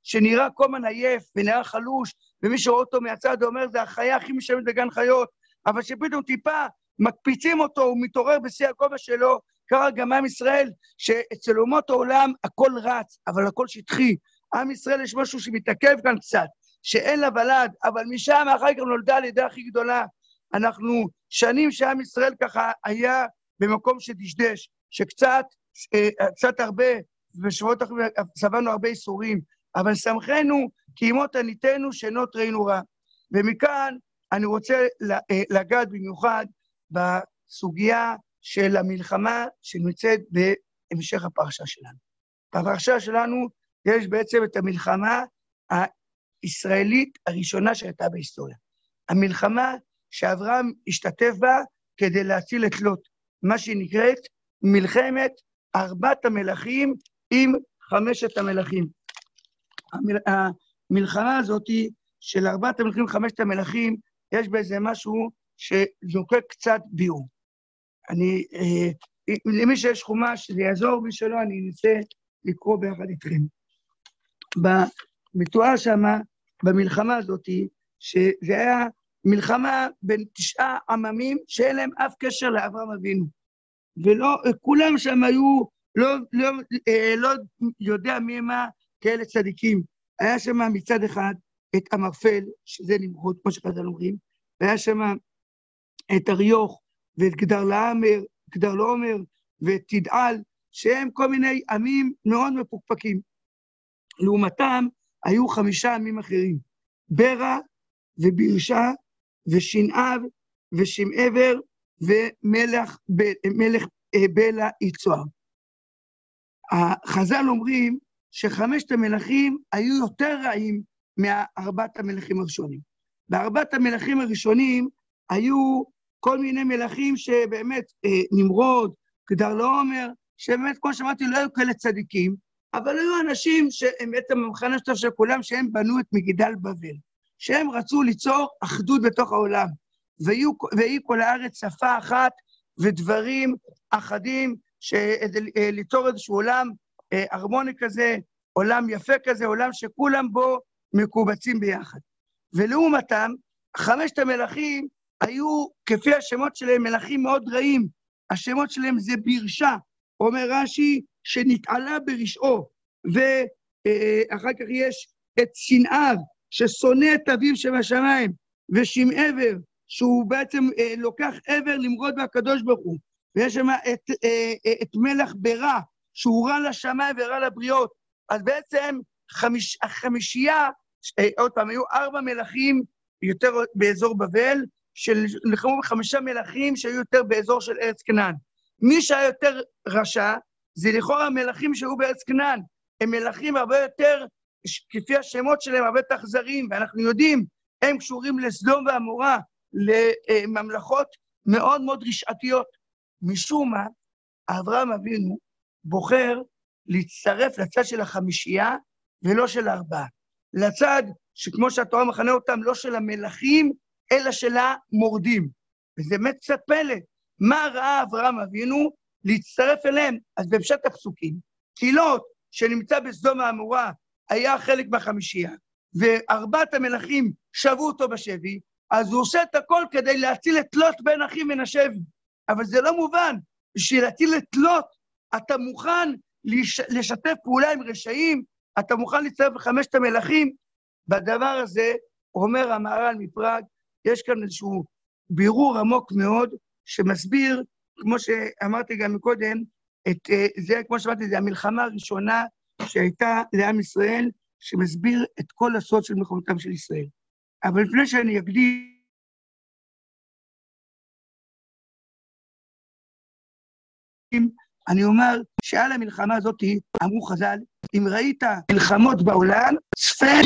שנראה כל הזמן עייף ונראה חלוש, ומי שרואה אותו מהצד אומר, זה החיה הכי משלמת בגן חיות, אבל שפתאום טיפה מקפיצים אותו, הוא מתעורר בשיא הכובע שלו, קרה גם עם ישראל, שאצל אומות העולם הכל רץ, אבל הכל שטחי. עם ישראל יש משהו שמתעכב כאן קצת, שאין לה ולד, אבל משם אחר כך נולדה הלידה הכי גדולה. אנחנו שנים שעם ישראל ככה היה במקום שדשדש, שקצת הרבה, בשבועות אחרים סבלנו הרבה איסורים, אבל שמחנו כי ימות עניתנו שנות ראינו רע. ומכאן אני רוצה לגעת במיוחד בסוגיה של המלחמה שנמצאת בהמשך הפרשה שלנו. בפרשה שלנו יש בעצם את המלחמה הישראלית הראשונה שהייתה בהיסטוריה. המלחמה שאברהם השתתף בה כדי להציל את לוט, מה שנקראת מלחמת 4 המלכים עם 5 המלכים. המלחמה הזאת של 4 המלכים, 5 המלכים, יש באיזה משהו שנוקק קצת ביור. למי שיש חומש, זה יעזור, מי שלא, אני אנסה לקרוא ביחד איתכם. מתואר שמה, במלחמה הזאת, שזה היה מלחמה בין 9 עממים, שאין להם אף קשר לאברהם אבינו. ולא, כולם שם היו, לא יודע מי מה, כאלה צדיקים. היה שם מצד אחד את המרפל, שזה נמרוד, כמו שחז"ל אומרים, והיה שם את אריוך, ואת גדרלעומר, ואת תדעל, שהם כל מיני עמים מאוד מפוקפקים. לעומתם היו 5 עמים אחרים, ברע ובירשה ושנעב ושמעבר ומלך בלה יצוער. החז"ל אומרים ש5 המלכים היו יותר רעים מה4 המלכים הראשונים. ב4 המלכים הראשונים היו כל מיני מלכים שבאמת נמרוד, גדרלעומר, שבאמת כמו שאמרתי לא היו כאלה צדיקים, אבל היו אנשים שהם בעצם המחנה שלו של כולם, שהם בנו את מגדל בבל, שהם רצו ליצור אחדות בתוך העולם, והיא כל הארץ שפה אחת ודברים אחדים, ליצור איזשהו עולם הרמוני כזה, עולם יפה כזה, עולם שכולם בו מקובצים ביחד. ולעומתם, 5 המלכים היו, כפי השמות שלהם, מלכים מאוד רעים. השמות שלהם זה בירשה, אומר רש"י, שנתעלה ברשעו, ואחר כך יש את שנעב, ששונא את אביו שבשמיים, ושמעבר, שהוא בעצם לוקח עבר למרוד בהקדוש ברוך הוא, ויש שם את מלך ברע, שהוא רע לשמיים ורע לבריות. אז בעצם החמישייה, עוד פעם, היו 4 מלכים יותר באזור בבל, שלחמו ב5 מלכים שהיו יותר באזור של ארץ כנען. מי שהיה יותר רשע, זה לכאורה המלכים שהיו בארץ כנען. הם מלכים הרבה יותר, כפי השמות שלהם, הרבה יותר אכזריים, ואנחנו יודעים, הם קשורים לסדום ועמורה, לממלכות מאוד מאוד רשעתיות. משום מה, אברהם אבינו בוחר להצטרף לצד של החמישייה, ולא של 4. לצד שכמו שהתורה מכנה אותם, לא של המלכים, אלא של המורדים. וזה באמת קצת פלא. מה ראה אברהם אבינו? להצטרף אליהם. אז בפשט הפסוקים, כי לוט שנמצא בסדום העמורה, היה חלק מהחמישייה, ו4 המלכים שבו אותו בשבי, אז הוא עושה את הכל כדי להציל את לוט בן אחים מן השבי. אבל זה לא מובן. בשביל להציל את לוט, אתה מוכן לשתף פעולה עם רשעים, אתה מוכן להצטרף ל5 המלכים. בדבר הזה, אומר המהר"ל מפראג, יש כאן איזשהו בירור עמוק מאוד, שמסביר, כמו שאמרתי גם מקודם, זה, כמו שאמרתי, זה המלחמה הראשונה שהייתה לעם ישראל, שמסביר את כל הסוד של מלחמתם של ישראל. אבל לפני שאני אקדים, אני אומר שעל המלחמה הזאת אמרו חז"ל, אם ראית מלחמות בעולם, צפה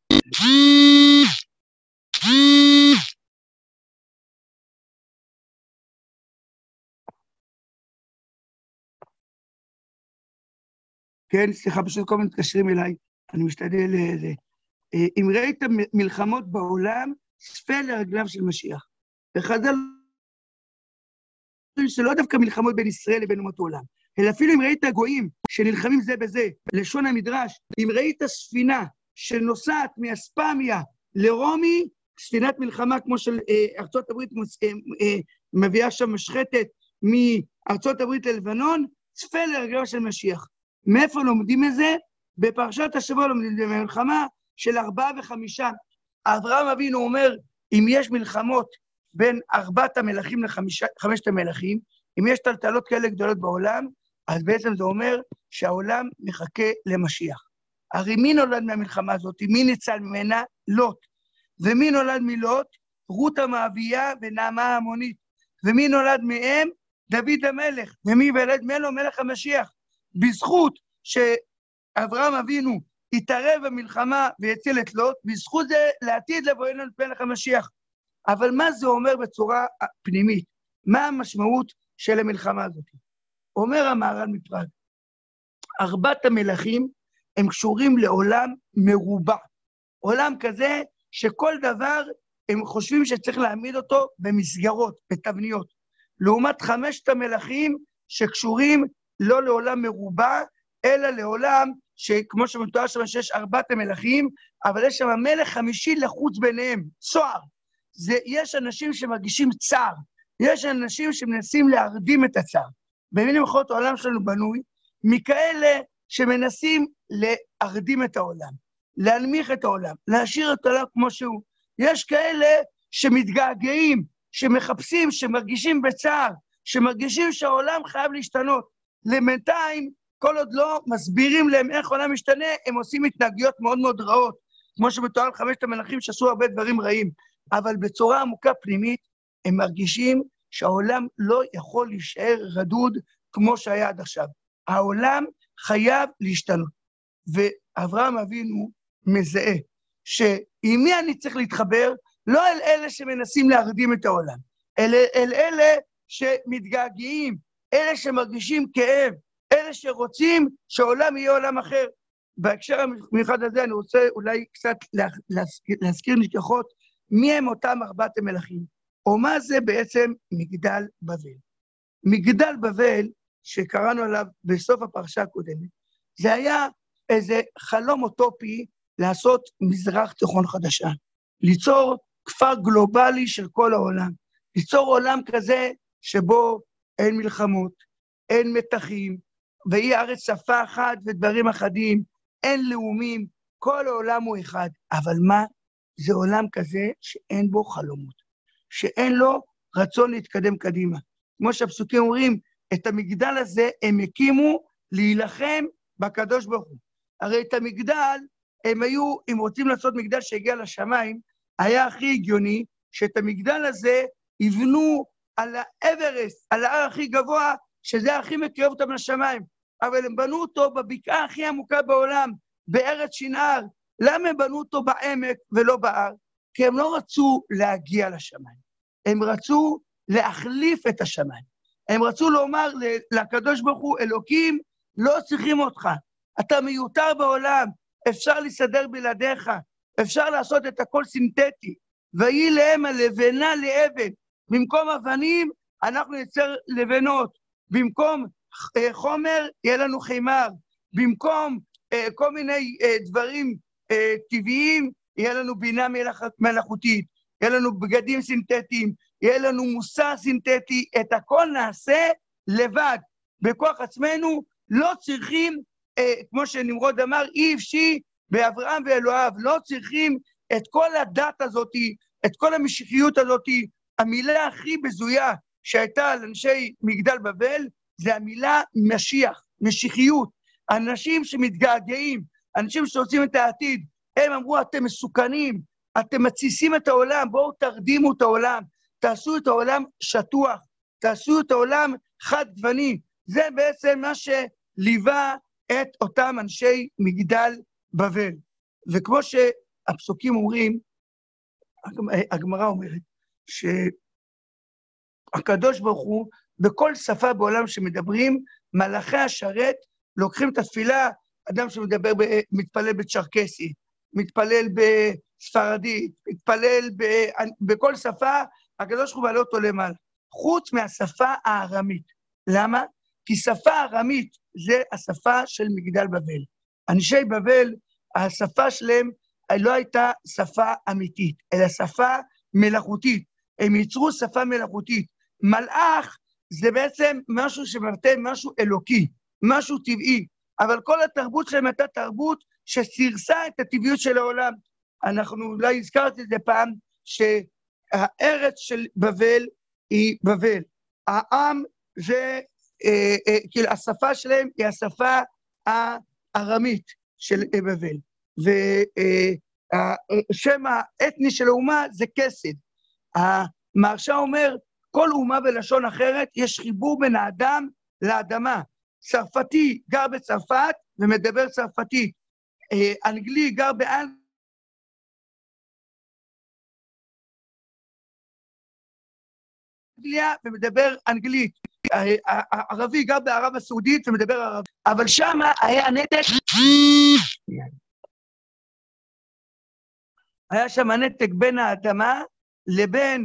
כן, סליחה, פשוט כל מיני מתקשרים אליי, אני משתדל לזה. אם ראית מלחמות בעולם, צפה לרגליו של משיח. וחז"ל שלא דווקא מלחמות בין ישראל לבין אומות העולם, אלא אפילו אם ראית גויים שנלחמים זה בזה, לשון המדרש, אם ראית ספינה שנוסעת מאספמיה לרומי, ספינת מלחמה כמו של ארצות הברית מביאה שם משחטת מארצות הברית ללבנון, צפה לרגליו של משיח. מאיפה לומדים את זה? בפרשת השבוע לומדים את זה, במלחמה של 4 ו5. אברהם אבינו אומר, אם יש מלחמות בין 4 המלכים ל5 המלכים, אם יש טלטלות כאלה גדולות בעולם, אז בעצם זה אומר שהעולם מחכה למשיח. הרי מי נולד מהמלחמה הזאת? מי ניצל ממנה? לוט. ומי נולד מלוט? רות המואבייה ונעמה ההמונית. ומי נולד מהם? דוד המלך. ומי ילד ממנו? מלך המשיח. בזכות שאברהם אבינו התערב במלחמה והציל את לוט, בזכות זה לעתיד לבוא אלינו את מלך המשיח. אבל מה זה אומר בצורה פנימית? מה המשמעות של המלחמה הזאת? אומר המהר"ל מפראג, 4 המלכים הם קשורים לעולם מרובע. עולם כזה שכל דבר הם חושבים שצריך להעמיד אותו במסגרות, בתבניות. לעומת 5 המלכים שקשורים לא לעולם מרובע, אלא לעולם שכמו שמתואר שם שיש 4 המלכים, אבל יש שם מלך 5 לחוץ ביניהם, צוער. יש אנשים שמרגישים צער, יש אנשים שמנסים להרדים את הצער. במילים אחרות העולם שלנו בנוי, מכאלה שמנסים להרדים את העולם, להנמיך את העולם, להשאיר את העולם כמו שהוא. יש כאלה שמתגעגעים, שמחפשים, שמרגישים בצער, שמרגישים שהעולם חייב להשתנות. למתיים, כל עוד לא מסבירים להם איך העולם משתנה, הם עושים התנהגויות מאוד מאוד רעות, כמו שמתואר על 5 המלכים שעשו הרבה דברים רעים, אבל בצורה עמוקה פנימית, הם מרגישים שהעולם לא יכול להישאר רדוד כמו שהיה עד עכשיו. העולם חייב להשתנות. ואברהם אבינו מזהה שעם מי אני צריך להתחבר? לא אל אלה שמנסים להרדים את העולם, אל אלה שמתגעגעים, אלה שמרגישים כאב, אלה שרוצים שהעולם יהיה עולם אחר. בהקשר המיוחד הזה אני רוצה אולי קצת להזכיר נשכחות מי הם אותם 4 המלכים, או מה זה בעצם מגדל בבל. מגדל בבל, שקראנו עליו בסוף הפרשה הקודמת, זה היה איזה חלום אוטופי לעשות מזרח תיכון חדשה, ליצור כפר גלובלי של כל העולם, ליצור עולם כזה שבו אין מלחמות, אין מתחים, והיא הארץ שפה אחת ודברים אחדים, אין לאומים, כל העולם הוא אחד. אבל מה? זה עולם כזה שאין בו חלומות, שאין לו רצון להתקדם קדימה. כמו שהפסוקים אומרים, את המגדל הזה הם הקימו להילחם בקדוש ברוך הוא. הרי את המגדל, הם היו, אם רוצים לעשות מגדל שהגיע לשמיים, היה הכי הגיוני שאת המגדל הזה יבנו על האברסט, על ההר הכי גבוה, שזה הכי מקרב אותם לשמיים. אבל הם בנו אותו בבקעה הכי עמוקה בעולם, בארץ שנער. למה הם בנו אותו בעמק ולא בהר? כי הם לא רצו להגיע לשמיים. הם רצו להחליף את השמיים. הם רצו לומר לקדוש ברוך הוא, אלוקים, לא צריכים אותך. אתה מיותר בעולם, אפשר לסדר בלעדיך, אפשר לעשות את הכל סינתטי. ויהי להם הלבנה לאבן. במקום אבנים, אנחנו ייצר לבנות. במקום חומר, יהיה לנו חימר. במקום כל מיני דברים טבעיים, יהיה לנו בינה מלאכותית. יהיה לנו בגדים סינתטיים, יהיה לנו מוסר סינתטי. את הכל נעשה לבד. בכוח עצמנו לא צריכים, כמו שנמרוד אמר, אי אפשי באברהם ואלוהיו. לא צריכים את כל הדת הזאת, את כל המשיחיות הזאת. המילה הכי בזויה שהייתה על אנשי מגדל בבל, זה המילה משיח, משיחיות. אנשים שמתגעגעים, אנשים שעושים את העתיד, הם אמרו, אתם מסוכנים, אתם מתסיסים את העולם, בואו תרדימו את העולם, תעשו את העולם שטוח, תעשו את העולם חד גווני. זה בעצם מה שליווה את אותם אנשי מגדל בבל. וכמו שהפסוקים אומרים, הגמרא אומרת, שהקדוש ברוך הוא, בכל שפה בעולם שמדברים, מלאכי השרת לוקחים את התפילה, אדם שמדבר, מתפלל בצ'רקסי, מתפלל בספרדית, מתפלל בכל שפה, הקדוש ברוך הוא מעלה אותו למעלה. חוץ מהשפה הארמית. למה? כי שפה ארמית זה השפה של מגדל בבל. אנשי בבל השפה שלהם לא הייתה שפה אמיתית, אלא שפה מלאכותית. הם ייצרו שפה מלאכותית. מלאך זה בעצם משהו שמבטא משהו אלוקי, משהו טבעי, אבל כל התרבות שלהם הייתה תרבות שסירסה את הטבעיות של העולם. אנחנו אולי הזכרתי את זה פעם, שהארץ של בבל היא בבל. העם זה, כאילו השפה שלהם היא השפה הארמית של בבל. והשם האתני של האומה זה כסד. המהרש"א אומר, כל אומה בלשון אחרת יש חיבור בין האדם לאדמה. צרפתי גר בצרפת ומדבר צרפתית. אנגלי גר באנגליה ומדבר אנגלית. ערבי גר בערב הסעודית ומדבר ערבית. אבל שם היה נתק, היה שם נתק בין האדמה לבין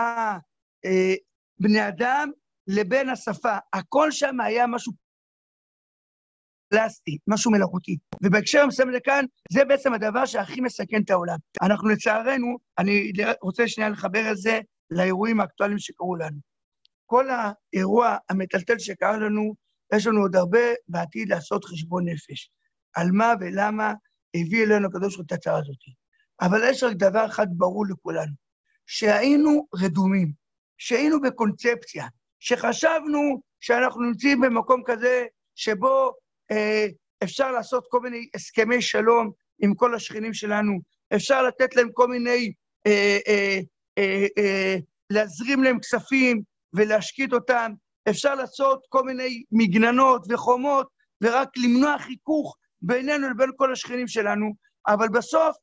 בני אדם לבין השפה. הכל שם היה משהו פלסטי, משהו מלאכותי. ובהקשר המסיים לכאן, זה בעצם הדבר שהכי מסכן את העולם. אנחנו לצערנו, אני רוצה שנייה לחבר את זה לאירועים האקטואליים שקרו לנו. כל האירוע המטלטל שקרה לנו, יש לנו עוד הרבה בעתיד לעשות חשבון נפש. על מה ולמה הביא אלינו הקדוש ברוך הוא את הצרה הזאת. אבל יש רק דבר אחד ברור לכולנו, שהיינו רדומים, שהיינו בקונספציה, שחשבנו שאנחנו נמצאים במקום כזה שבו אפשר לעשות כל מיני הסכמי שלום עם כל השכנים שלנו, אפשר לתת להם כל מיני, להזרים להם כספים ולהשקיט אותם, אפשר לעשות כל מיני מגננות וחומות ורק למנוע חיכוך בינינו לבין כל השכנים שלנו, אבל בסוף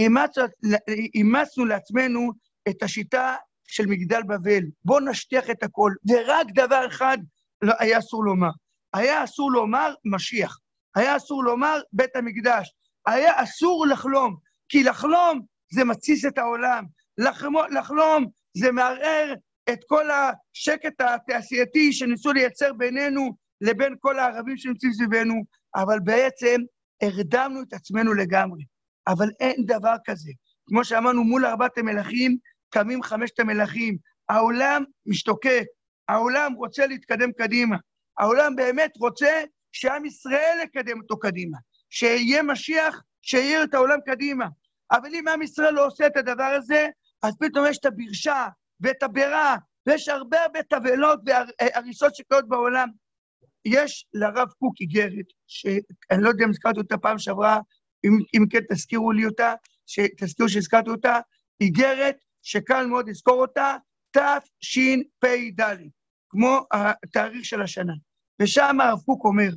אימצנו לעצמנו את השיטה של מגדל בבל. בואו נשטיח את הכל, ורק דבר אחד היה אסור לומר. היה אסור לומר משיח, היה אסור לומר בית המקדש, היה אסור לחלום, כי לחלום זה מתסיס את העולם, לחלום זה מערער את כל השקט התעשייתי שניסו לייצר בינינו לבין כל הערבים שנמצאים סביבנו, אבל בעצם הרדמנו את עצמנו לגמרי. אבל אין דבר כזה. כמו שאמרנו, מול 4 המלכים, קמים 5 המלכים. העולם משתוקק, העולם רוצה להתקדם קדימה. העולם באמת רוצה שעם ישראל יקדם אותו קדימה. שיהיה משיח, שיהיה את העולם קדימה. אבל אם עם ישראל לא עושה את הדבר הזה, אז פתאום יש את הברשה ואת הבירה, ויש הרבה תבלות והריסות שקורות בעולם. יש לרב קוק איגרת, שאני לא יודע אם הזכרתי אותה פעם שעברה, אם כן תזכירו לי אותה, תזכירו שהזכרתי אותה, איגרת שקל מאוד לזכור אותה, תשפ"ד, כמו התאריך של השנה. ושם הרב קוק אומר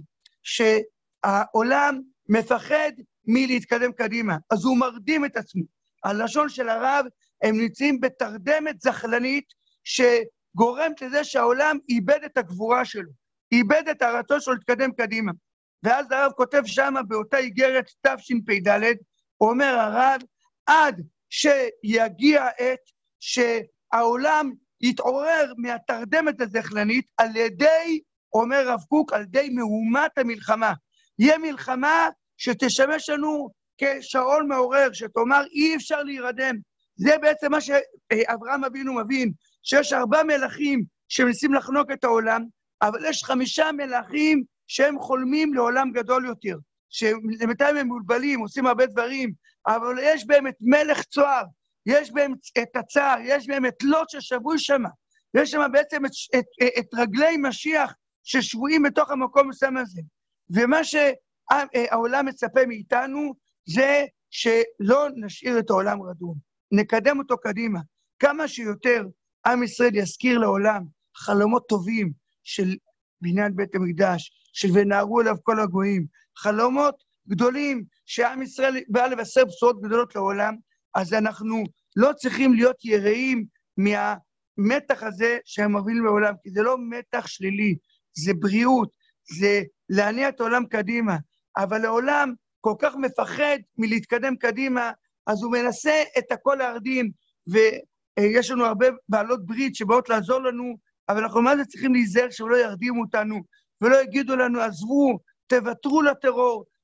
שהעולם מפחד מלהתקדם קדימה, אז הוא מרדים את עצמו. הלשון של הרב, הם נמצאים בתרדמת זחלנית שגורמת לזה שהעולם איבד את הגבורה שלו, איבד את הרצון שלו להתקדם קדימה. ואז הרב כותב שם באותה איגרת תשפ"ד, הוא אומר הרב, עד שיגיע עת שהעולם יתעורר מהתרדמת הזחלנית על ידי, אומר רב קוק, על ידי מהומת המלחמה. יהיה מלחמה שתשמש לנו כשעון מעורר, שתאמר אי אפשר להירדם. זה בעצם מה שאברהם אבינו מבין, שיש 4 מלכים שמנסים לחנוק את העולם, אבל יש 5 מלכים שהם חולמים לעולם גדול יותר, שלמתי הם מבולבלים, עושים הרבה דברים, אבל יש בהם את מלך צוער, יש בהם את הצער, יש בהם את לוט ששבוי שם, יש שם בעצם את רגלי משיח ששבויים בתוך המקום מסוים הזה. ומה שהעולם מצפה מאיתנו זה שלא נשאיר את העולם רדום, נקדם אותו קדימה. כמה שיותר עם ישראל יזכיר לעולם חלומות טובים של בניין בית המקדש, של ונערו אליו כל הגויים, חלומות גדולים שעם ישראל בא לבשר בשורות גדולות לעולם, אז אנחנו לא צריכים להיות יראים מהמתח הזה שהם מובילים לעולם, כי זה לא מתח שלילי, זה בריאות, זה להניע את העולם קדימה, אבל העולם כל כך מפחד מלהתקדם קדימה, אז הוא מנסה את הכל להרדים, ויש לנו הרבה בעלות ברית שבאות לעזור לנו, אבל אנחנו מה זה צריכים להיזהר שלא ירדימו אותנו, ולא יגידו לנו, עזבו, תוותרו לטרור,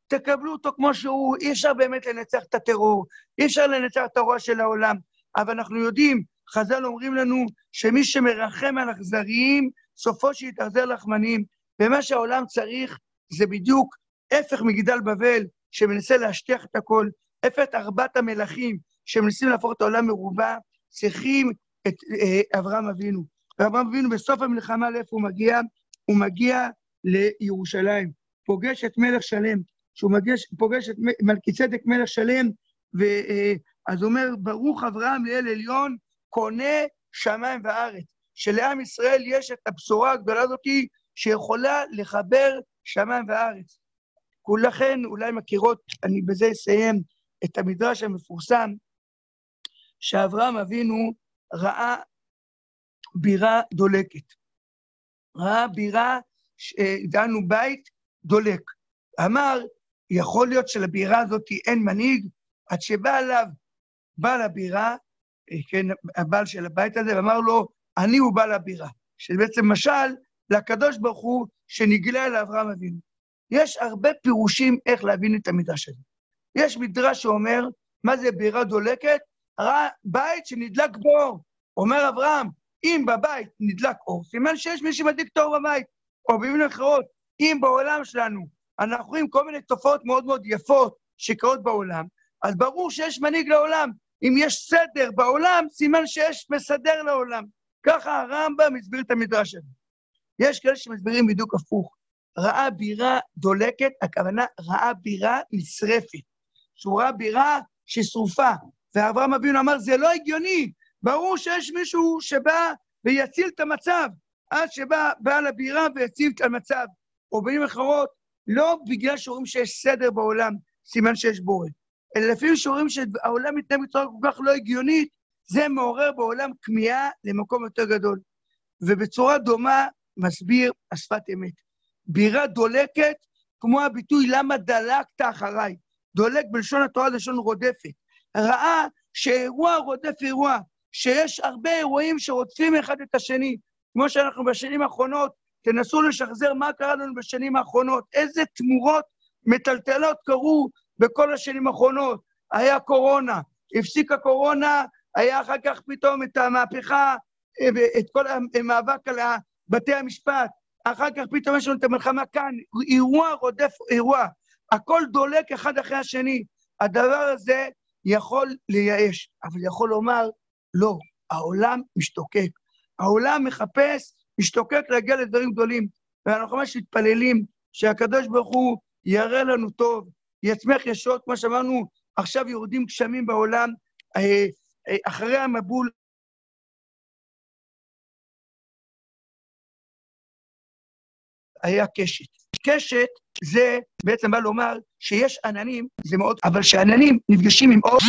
תקבלו אותו כמו שהוא, אי אפשר באמת לנצח את הטרור, אי אפשר לנצח את הרוע של העולם, אבל אנחנו יודעים, חז"ל אומרים לנו, שמי שמרחם על אכזריים, סופו שיתאכזר לחמנים, ומה שהעולם צריך, זה בדיוק הפך מגדל בבל, שמנסה להשטיח את הכל, הפך ארבעת המלכים, שמנסים להפוך את העולם מרובע, צריכים את אברהם אבינו. ואברהם אבינו בסוף המלחמה, לאיפה הוא מגיע? הוא מגיע לירושלים, פוגש את מלך שלם, שהוא פוגש את מלכיצדק מלך שלם, אז הוא אומר, ברוך אברהם לאל עליון, קונה שמיים וארץ, שלעם ישראל יש את הבשורה הגדולה הזאת, שיכולה לחבר שמיים וארץ. כולכן אולי מכירות, אני בזה אסיים, את המדרש המפורסם, שאברהם אבינו ראה בירה דולקת. ראה בירה, דנו בית דולק. אמר, יכול להיות שלבירה הזאת אין מנהיג, עד שבא אליו, בעל הבירה, כן, הבעל של הבית הזה, ואמר לו, אני הוא בעל הבירה. שבעצם משל, לקדוש ברוך הוא שנגלה אל אברהם אבינו. יש הרבה פירושים איך להבין את המדרש הזה. יש מדרש שאומר, מה זה בירה דולקת? ראה בית שנדלק באור. אומר אברהם, אם בבית נדלק אור, סימן שיש מי שמדליק את האור בבית. או במילים אחרות, אם בעולם שלנו אנחנו רואים כל מיני תופעות מאוד מאוד יפות שקרות בעולם, אז ברור שיש מנהיג לעולם. אם יש סדר בעולם, סימן שיש מסדר לעולם. ככה הרמב"ם מסביר את המדרש הזה. יש כאלה שמסבירים בדיוק הפוך. ראה בירה דולקת, הכוונה ראה בירה נשרפת. שהוא ראה בירה ששרופה. ואברהם אבינו אמר, זה לא הגיוני. ברור שיש מישהו שבא ויציל את המצב. עד שבא בעל הבירה ויציל את המצב. או במילים אחרות, לא בגלל שאומרים שיש סדר בעולם, סימן שיש בורא. אלא לפעמים שאומרים שהעולם מתנהג בצורה כל כך לא הגיונית, זה מעורר בעולם כמיהה למקום יותר גדול. ובצורה דומה מסביר השפת אמת. בירה דולקת, כמו הביטוי למה דלקת אחריי. דולק בלשון התורה לשון רודפת. ראה שאירוע רודף אירוע, שיש הרבה אירועים שרודפים אחד את השני, כמו שאנחנו בשנים האחרונות, תנסו לשחזר מה קרה לנו בשנים האחרונות, איזה תמורות מטלטלות קרו בכל השנים האחרונות. היה קורונה, הפסיק הקורונה, היה אחר כך פתאום את המהפכה, את כל המאבק על בתי המשפט, אחר כך פתאום יש לנו את המלחמה כאן, אירוע רודף אירוע, הכל דולק אחד אחרי השני. הדבר הזה יכול לייאש, אבל יכול לומר, לא, העולם משתוקק, העולם מחפש, משתוקק להגיע לדברים גדולים, ואנחנו ממש מתפללים שהקדוש ברוך הוא יראה לנו טוב, יצמח ישועות, כמו שאמרנו, עכשיו יורדים גשמים בעולם, אחרי המבול, היה קשת. קשת זה בעצם בא לומר שיש עננים, זה מאוד, אבל שהעננים נפגשים עם אור,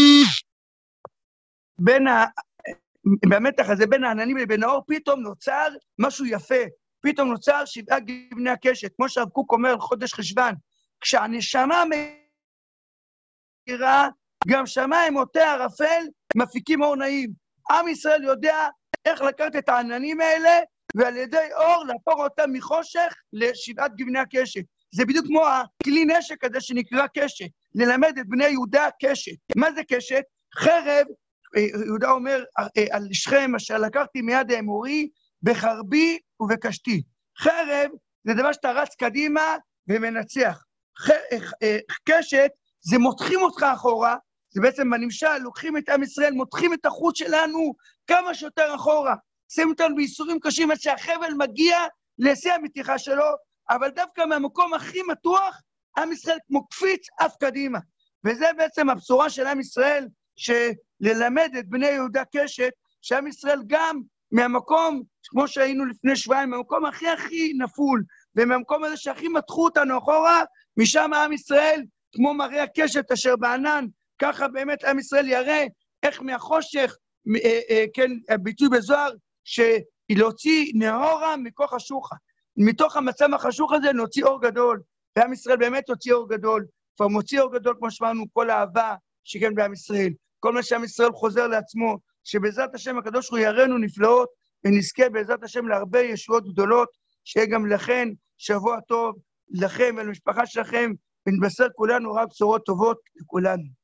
במתח הזה בין העננים לבין האור, פתאום נוצר משהו יפה, פתאום נוצר 7 גבני הקשת, כמו שהרב קוק אומר חודש חשבן, כשהנשמה מהירה, גם שמיים עוטי ערפל מפיקים אור נעים. עם ישראל יודע איך לקחת את העננים האלה, ועל ידי אור להפוך אותם מחושך ל7 גבני הקשת. זה בדיוק כמו הכלי נשק הזה שנקרא קשת, ללמד את בני יהודה קשת. מה זה קשת? חרב, יהודה אומר על שכם, אשר לקחתי מיד האמורי, בחרבי ובקשתי. חרב זה דבר שאתה רץ קדימה ומנצח. קשת זה מותחים אותך אחורה, זה בעצם בנמשל, לוקחים את עם ישראל, מותחים את החוט שלנו כמה שיותר אחורה. שמים אותנו בייסורים קשים עד שהחבל מגיע לשיא המתיחה שלו, אבל דווקא מהמקום הכי מתוח, עם ישראל כמו קפיץ אף קדימה. וזה בעצם הבשורה של עם ישראל, שללמד את בני יהודה קשת, שעם ישראל גם מהמקום, כמו שהיינו לפני שבועיים, מהמקום הכי נפול, ומהמקום הזה שהכי מתחו אותנו אחורה, משם עם ישראל, כמו מראה הקשת אשר בענן, ככה באמת עם ישראל יראה איך מהחושך, כן, הביטוי בזוהר, שלהוציא נאורה מכוח החשוכה. מתוך המצב החשוך הזה נוציא אור גדול, ועם ישראל באמת הוציא אור גדול, כבר מוציא אור גדול כמו שמענו, כל האהבה שכן בעם ישראל, כל מה שעם ישראל חוזר לעצמו, שבעזרת השם הקדוש הוא יראנו נפלאות, ונזכה בעזרת השם להרבה ישועות גדולות, שיהיה גם לכן שבוע טוב, לכם ולמשפחה שלכם, ונתבשר כולנו רק בשורות טובות לכולנו.